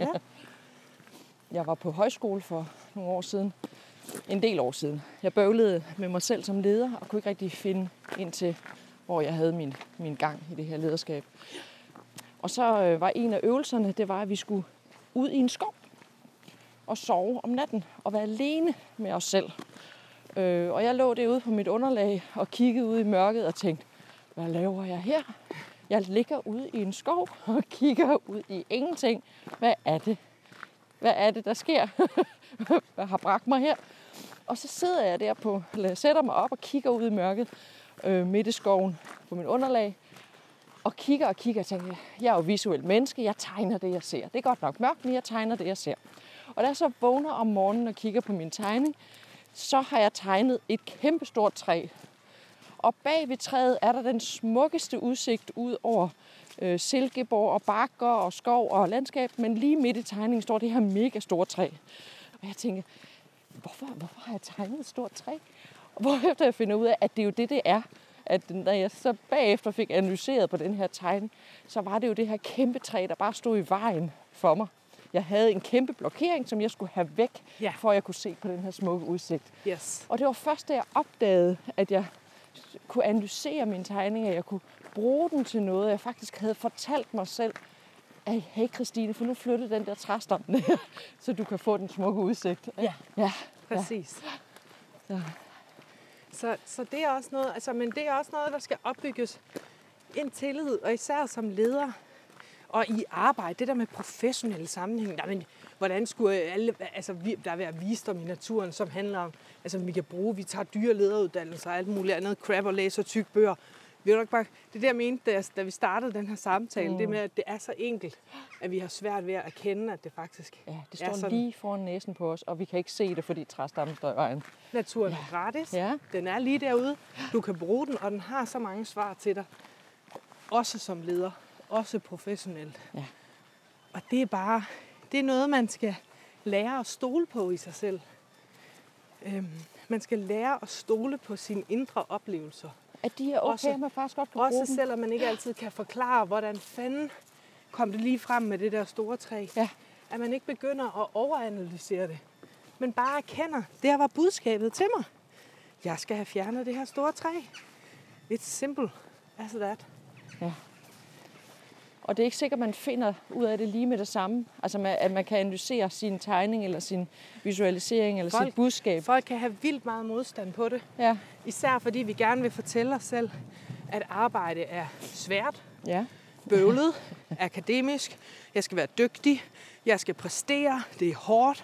Jeg var på højskole for nogle år siden. En del år siden. Jeg bøvlede med mig selv som leder, og kunne ikke rigtig finde ind til, hvor jeg havde min gang i det her lederskab. Og så var en af øvelserne, det var, at vi skulle ud i en skov og sove om natten og være alene med os selv. Og jeg lå derude på mit underlag og kiggede ud i mørket og tænkte, hvad laver jeg her? Jeg ligger ude i en skov og kigger ud i ingenting. Hvad er det? Hvad er det, der sker? Hvad har bragt mig her? Og så sidder jeg der sætter mig op og kigger ud i mørket midt i skoven på mit underlag. Og kigger og tænker, jeg er jo visuelt menneske, jeg tegner det, jeg ser. Det er godt nok mørkt, men jeg tegner det, jeg ser. Og da jeg så vågner om morgenen og kigger på min tegning, så har jeg tegnet et kæmpestort træ. Og bag ved træet er der den smukkeste udsigt ud over Silkeborg og bakker og skov og landskab. Men lige midt i tegningen står det her mega store træ. Og jeg tænker, hvorfor har jeg tegnet et stort træ? Og hvorefter jeg finder ud af, at det er jo det er. At når jeg så bagefter fik analyseret på den her tegning, så var det jo det her kæmpe træ, der bare stod i vejen for mig. Jeg havde en kæmpe blokering, som jeg skulle have væk, for at jeg kunne se på den her smukke udsigt. Yes. Og det var først, da jeg opdagede, at jeg kunne analysere min tegning, at jeg kunne bruge den til noget. Jeg faktisk havde fortalt mig selv, at hey Christine, for nu flytte den der træstam, så du kan få den smukke udsigt. Ja, præcis. Ja. Så det er også noget, altså, men det er også noget, der skal opbygges en tillid, og især som leder og i arbejde, det der med professionelle sammenhæng. Men hvordan skulle alle, altså der være visdom i naturen, som handler om, altså vi kan bruge, vi tager dyrelederuddannelser og alt muligt andet crap og læser tykke bøger. Det er det, jeg mente, da vi startede den her samtale, det med, at det er så enkelt, at vi har svært ved at erkende, at det faktisk det står lige foran næsen på os, og vi kan ikke se det, fordi træstammen står i vejen. Naturen er gratis. Ja. Den er lige derude. Du kan bruge den, og den har så mange svar til dig. Også som leder. Også professionelt. Ja. Og det er noget, man skal lære at stole på i sig selv. Man skal lære at stole på sine indre oplevelser. At de er okay, også, man faktisk godt kan bruge dem. Også selvom man ikke altid kan forklare, hvordan fanden kom det lige frem med det der store træ. Ja. At man ikke begynder at overanalysere det. Men bare erkender, det her var budskabet til mig. Jeg skal have fjernet det her store træ. It's simple as that. Ja. Og det er ikke sikkert, man finder ud af det lige med det samme. Altså, at man kan analysere sin tegning, eller sin visualisering, eller sit budskab. Folk kan have vildt meget modstand på det. Ja. Især fordi vi gerne vil fortælle os selv, at arbejde er svært, bøvlet, akademisk. Jeg skal være dygtig. Jeg skal præstere. Det er hårdt.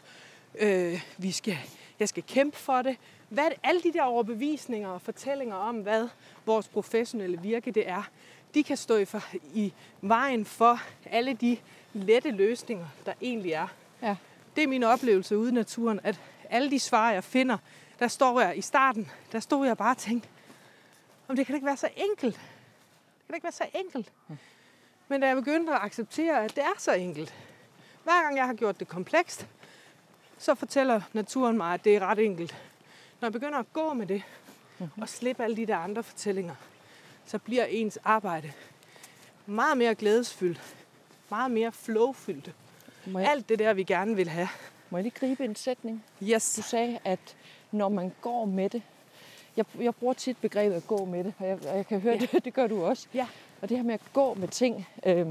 Jeg skal kæmpe for det. Alle de der overbevisninger og fortællinger om, hvad vores professionelle virke det er, de kan stå i vejen for alle de lette løsninger, der egentlig er. Ja. Det er min oplevelse ude i naturen, at alle de svar, jeg finder, der står jeg i starten, der stod jeg bare og tænkte, om det kan ikke være så enkelt. Det kan ikke være så enkelt. Men da jeg begyndte at acceptere, at det er så enkelt, hver gang jeg har gjort det komplekst, så fortæller naturen mig, at det er ret enkelt. Når jeg begynder at gå med det, og slippe alle de der andre fortællinger, så bliver ens arbejde meget mere glædesfyldt, meget mere flowfyldt. Alt det der, vi gerne vil have. Må jeg lige gribe en sætning? Yes. Du sagde, at når man går med det, jeg bruger tit begrebet at gå med det, og jeg kan høre, det gør du også. Ja. Og det her med at gå med ting, jeg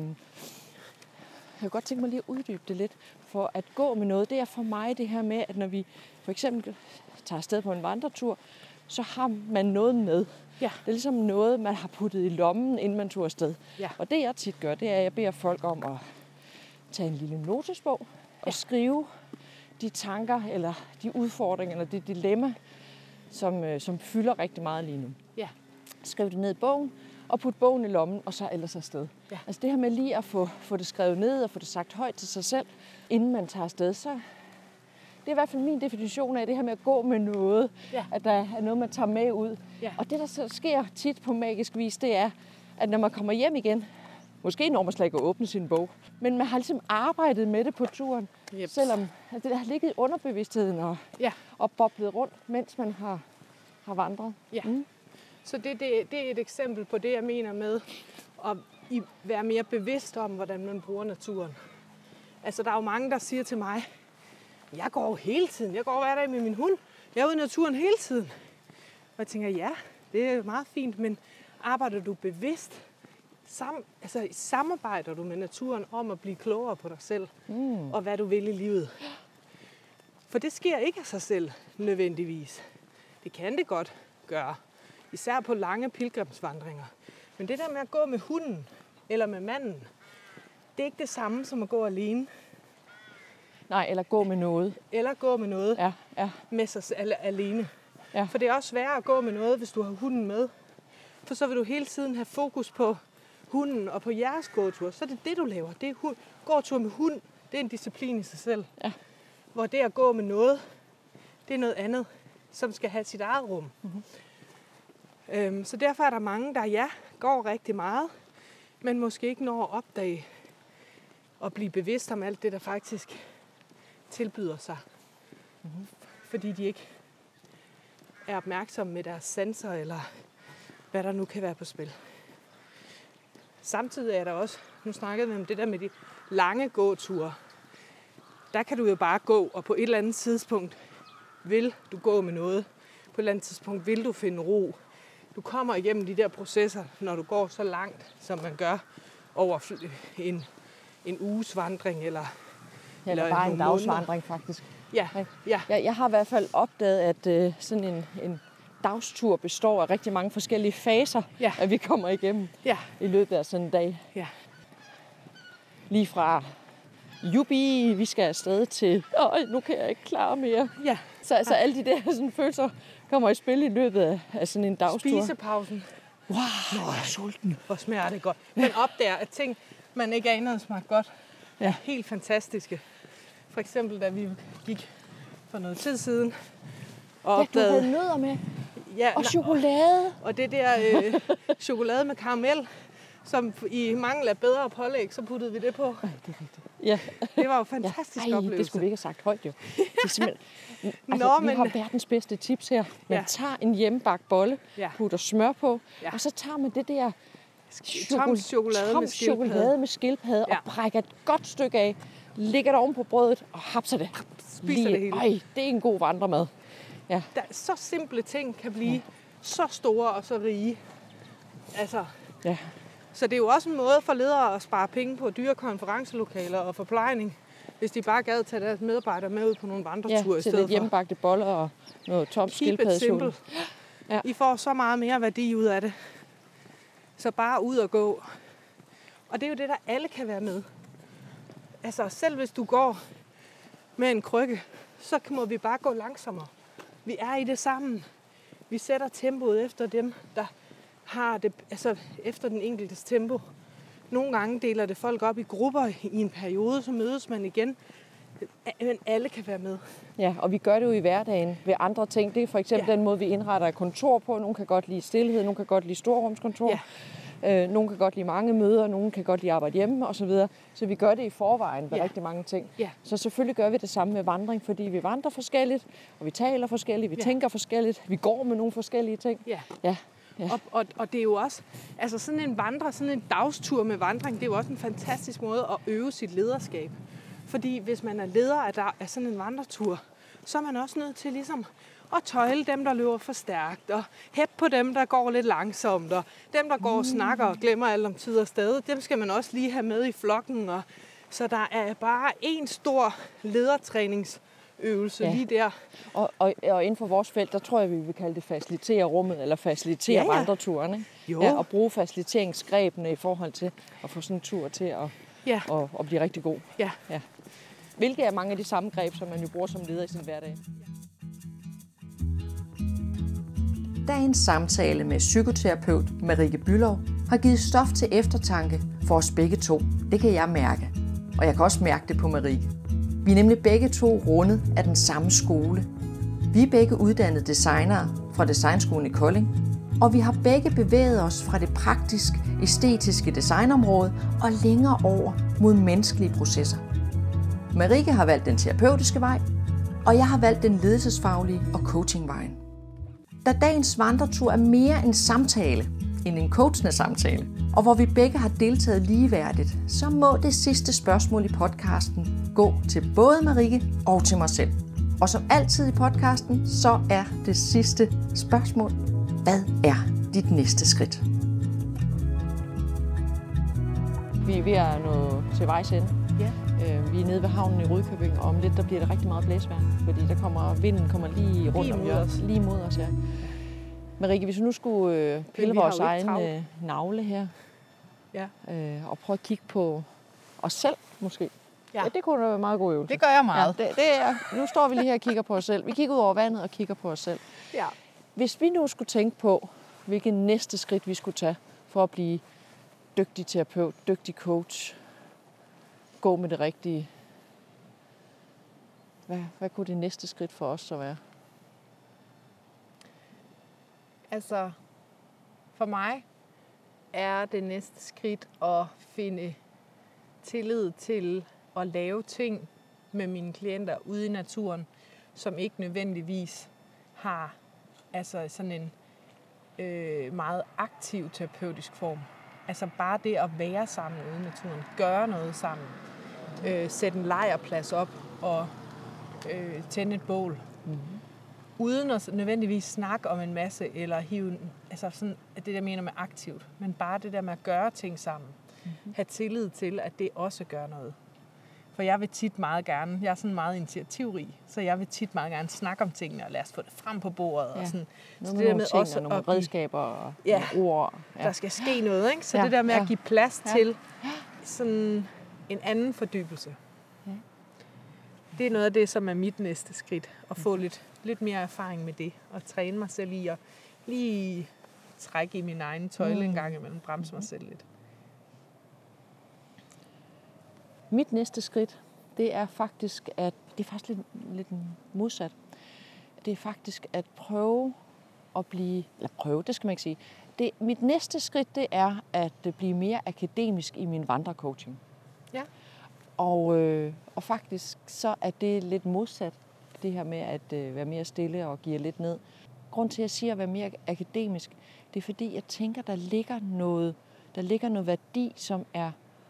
kan godt tænke mig lige at uddybe det lidt. For at gå med noget, det er for mig det her med, at når vi for eksempel tager afsted på en vandretur, så har man noget med. Ja. Det er ligesom noget, man har puttet i lommen, inden man tog afsted. Ja. Og det jeg tit gør, det er, at jeg beder folk om at tage en lille notesbog og skrive de tanker, eller de udfordringer, eller det dilemma, som fylder rigtig meget lige nu. Ja. Skriv det ned i bogen, og putte bogen i lommen, og så ellers afsted. Ja. Altså det her med lige at få det skrevet ned, og få det sagt højt til sig selv, inden man tager afsted, så det er i hvert fald min definition af det her med at gå med noget, at der er noget, man tager med ud. Ja. Og det, der så sker tit på magisk vis, det er, at når man kommer hjem igen, måske når man slet ikke åbne sin bog, men man har ligesom arbejdet med det på turen, selvom det har ligget i underbevidstheden og boblet rundt, mens man har vandret. Ja. Så det er et eksempel på det, jeg mener med at være mere bevidst om, hvordan man bruger naturen. Altså, der er jo mange, der siger til mig, jeg går hele tiden. Jeg går hver dag med min hund. Jeg er ude i naturen hele tiden. Og jeg tænker, ja, det er meget fint, men arbejder du bevidst? Samarbejder du med naturen om at blive klogere på dig selv og hvad du vil i livet? For det sker ikke af sig selv nødvendigvis. Det kan det godt gøre. Især på lange pilgrimsvandringer. Men det der med at gå med hunden eller med manden, det er ikke det samme som at gå alene. Nej, eller gå med noget. Eller gå med noget med sig selv alene. Ja. For det er også sværere at gå med noget, hvis du har hunden med. For så vil du hele tiden have fokus på hunden og på jeres gåtur. Så er det du laver. Det er gåtur med hund. Det er en disciplin i sig selv. Ja. Hvor det at gå med noget, det er noget andet, som skal have sit eget rum. Mm-hmm. Så derfor er der mange, der går rigtig meget, men måske ikke når at opdage og blive bevidst om alt det, der faktisk tilbyder sig. Mm-hmm. Fordi de ikke er opmærksomme med deres sanser, eller hvad der nu kan være på spil. Samtidig er der også, nu snakkede vi om det der med de lange gåture. Der kan du jo bare gå, og på et eller andet tidspunkt vil du gå med noget. På et eller andet tidspunkt vil du finde ro. Du kommer igennem de der processer, når du går så langt, som man gør over en uges vandring, eller bare en dagsvandring faktisk. Ja. Jeg har i hvert fald opdaget, at sådan en dagstur består af rigtig mange forskellige faser, at vi kommer igennem i løbet af sådan en dag. Ja. Lige fra jubi, vi skal afsted til, nu kan jeg ikke klare mere. Ja. Så altså alle de der sådan, følelser kommer i spil i løbet af sådan en dagstur. Spisepausen. Wow, jeg er sulten. Hvor smager det godt. Man opdager, at ting, man ikke anede smagte godt, er helt fantastiske. For eksempel, da vi gik for noget tid siden og opdagede... du havde nødder med. Ja, og chokolade. Og det der chokolade med karamel, som i mangel af bedre pålæg, så puttede vi det på. Det er rigtigt. Ja. Det var jo fantastisk oplevelse. Det skulle vi ikke have sagt højt, jo. Det er simpelthen... vi har verdens bedste tips her. Man tager en hjemmebagt bolle, putter smør på, og så tager man det der chokolade med skildpadde og brækker et godt stykke af, lægger det oven på brødet og hapser det. Spiser det hele. Det er en god vandremad. Ja. Der så simple ting kan blive så store og så rige. Altså... Ja. Så det er jo også en måde for ledere at spare penge på dyre konferencelokaler og forplejning, hvis de bare gad tage deres medarbejdere med ud på nogle vandreture i stedet for. Ja, til hjemmebagte boller og noget tom skildpaddechokolade. Ja. I får så meget mere værdi ud af det. Så bare ud og gå. Og det er jo det, der alle kan være med. Altså selv hvis du går med en krykke, så må vi bare gå langsommere. Vi er i det sammen. Vi sætter tempoet efter dem, der har det, altså efter den enkeltes tempo. Nogle gange deler det folk op i grupper i en periode, så mødes man igen. Men alle kan være med. Ja, og vi gør det jo i hverdagen ved andre ting. Det er for eksempel den måde, vi indretter et kontor på. Nogle kan godt lide stillhed, nogle kan godt lide storrumskontor. Ja. Nogle kan godt lide mange møder, nogle kan godt lide arbejde hjemme osv. Så vi gør det i forvejen ved rigtig mange ting. Ja. Så selvfølgelig gør vi det samme med vandring, fordi vi vandrer forskelligt, og vi taler forskelligt, vi tænker forskelligt, vi går med nogle forskellige ting. Ja. Ja. Og det er jo også, altså sådan en dagstur med vandring, det er jo også en fantastisk måde at øve sit lederskab. Fordi hvis man er leder af sådan en vandretur, så er man også nødt til ligesom at tøjle dem, der løber for stærkt, og hæppe på dem, der går lidt langsomt, og dem, der går og snakker og glemmer alt om tid og sted, dem skal man også lige have med i flokken. Og så der er bare en stor ledertræningsøvelse lige der. Og inden for vores felt, der tror jeg, vi vil kalde det facilitere rummet, eller facilitere vandreturen. Ikke? Ja, og bruge faciliteringsgrebene i forhold til at få sådan en tur til at blive rigtig god. Ja. Hvilke er mange af de samme greb, som man jo bruger som leder i sin hverdag. Dagens samtale med psykoterapeut Marikke Bülow har givet stof til eftertanke for os begge to. Det kan jeg mærke. Og jeg kan også mærke det på Marikke. Vi er nemlig begge to rundet af den samme skole. Vi er begge uddannede designere fra Designskolen i Kolding, og vi har begge bevæget os fra det praktisk-æstetiske designområde og længere over mod menneskelige processer. Marikke har valgt den terapeutiske vej, og jeg har valgt den ledelsesfaglige og coachingvejen. Da dagens vandretur er mere en samtale end en coachende samtale, og hvor vi begge har deltaget ligeværdigt, så må det sidste spørgsmål i podcasten gå til både Marikke og til mig selv. Og som altid i podcasten, så er det sidste spørgsmål: hvad er dit næste skridt? Vi er nået til vejs ende. Ja. Vi er nede ved havnen i Rudkøbing, og om lidt der bliver det rigtig meget blæsvejr, fordi vinden kommer lige rundt om os, lige mod os. Ja. Marikke, hvis vi nu skulle pille vores egen navle her, og prøve at kigge på os selv måske. Ja, det kunne da være en meget god øvelse. Det gør jeg meget. Ja, nu står vi lige her og kigger på os selv. Vi kigger ud over vandet og kigger på os selv. Ja. Hvis vi nu skulle tænke på, hvilket næste skridt vi skulle tage for at blive dygtig terapeut, dygtig coach, gå med det rigtige. Hvad kunne det næste skridt for os så være? Altså, for mig er det næste skridt at finde tillid til at lave ting med mine klienter ude i naturen, som ikke nødvendigvis har altså sådan en meget aktiv terapeutisk form. Altså bare det at være sammen ude i naturen, gøre noget sammen, sætte en lejrplads op og tænde et bål. Mm-hmm. Uden at nødvendigvis snakke om en masse, eller hive, altså sådan, det der mener med aktivt, men bare det der med at gøre ting sammen. Mm-hmm. Have tillid til, at det også gør noget. For jeg vil tit meget gerne, jeg er sådan meget initiativrig, så jeg vil tit meget gerne snakke om tingene, og lad os få det frem på bordet. Og sådan. Så det der med også nogle redskaber og nogle ord. Der skal ske noget, ikke? Så det der med at give plads til sådan en anden fordybelse. Ja. Det er noget af det, som er mit næste skridt. At få lidt mere erfaring med det, og træne mig selv i at lige trække i min egen tøjle en gang imellem, bremse mig selv lidt. Mit næste skridt, det er faktisk lidt modsat. Det er faktisk at prøve at blive, eller prøve, det skal man ikke sige. Mit næste skridt, det er at blive mere akademisk i min vandrecoaching. Ja. Og faktisk så er det lidt modsat, det her med at være mere stille og give lidt ned. Grund til, at jeg siger at være mere akademisk, det er fordi, jeg tænker, der ligger noget værdi, som er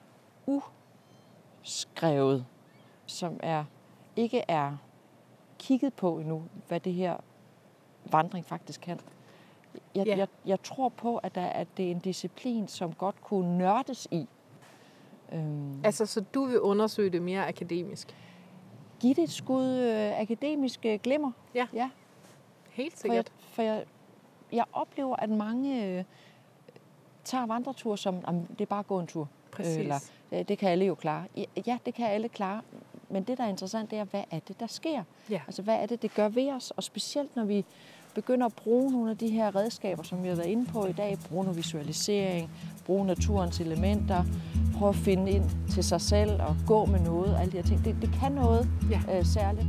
skrevet, som ikke er kigget på endnu, hvad det her vandring faktisk kan. Jeg tror på, at det er en disciplin, som godt kunne nørdes i. Altså, så du vil undersøge det mere akademisk? Giv det et skud akademisk glimmer. Ja. Helt sikkert. For jeg oplever, at mange tager vandretur som, det er bare at gå en tur. Præcis. Eller, det kan alle jo klare. Ja, det kan alle klare. Men det, der er interessant, det er, hvad er det, der sker? Ja. Altså, hvad er det, det gør ved os? Og specielt, når vi begynder at bruge nogle af de her redskaber, som vi har været inde på i dag. Bruge noget visualisering, bruge naturens elementer, prøve at finde ind til sig selv og gå med noget. Alle de her ting. Det kan noget særligt.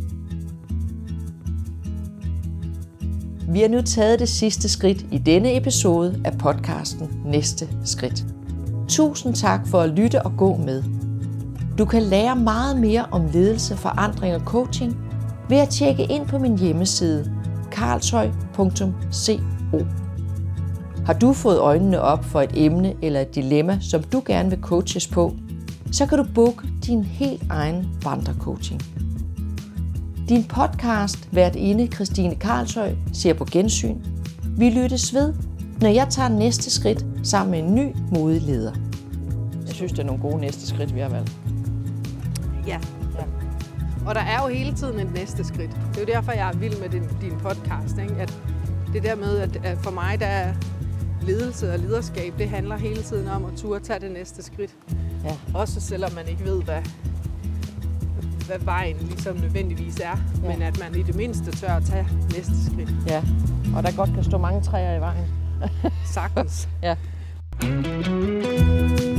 Vi har nu taget det sidste skridt i denne episode af podcasten Næste Skridt. Tusind tak for at lytte og gå med. Du kan lære meget mere om ledelse, forandring og coaching ved at tjekke ind på min hjemmeside karlshøj.co. Har du fået øjnene op for et emne eller et dilemma, som du gerne vil coaches på, så kan du booke din helt egen vandrecoaching. Din podcast værtinde Christine Karlshøj siger på gensyn. Vi lyttes ved, når jeg tager næste skridt sammen med en ny modig leder. Jeg synes, det er nogle gode næste skridt, vi har valgt. Ja. Og der er jo hele tiden et næste skridt. Det er jo derfor, jeg er vild med din podcast. Ikke? At det der med, at for mig, der er ledelse og lederskab, det handler hele tiden om at turde tage det næste skridt. Ja. Også selvom man ikke ved, hvad vejen ligesom nødvendigvis er. Ja. Men at man i det mindste tør at tage næste skridt. Ja, og der godt kan stå mange træer i vejen. Sagtens. Ja.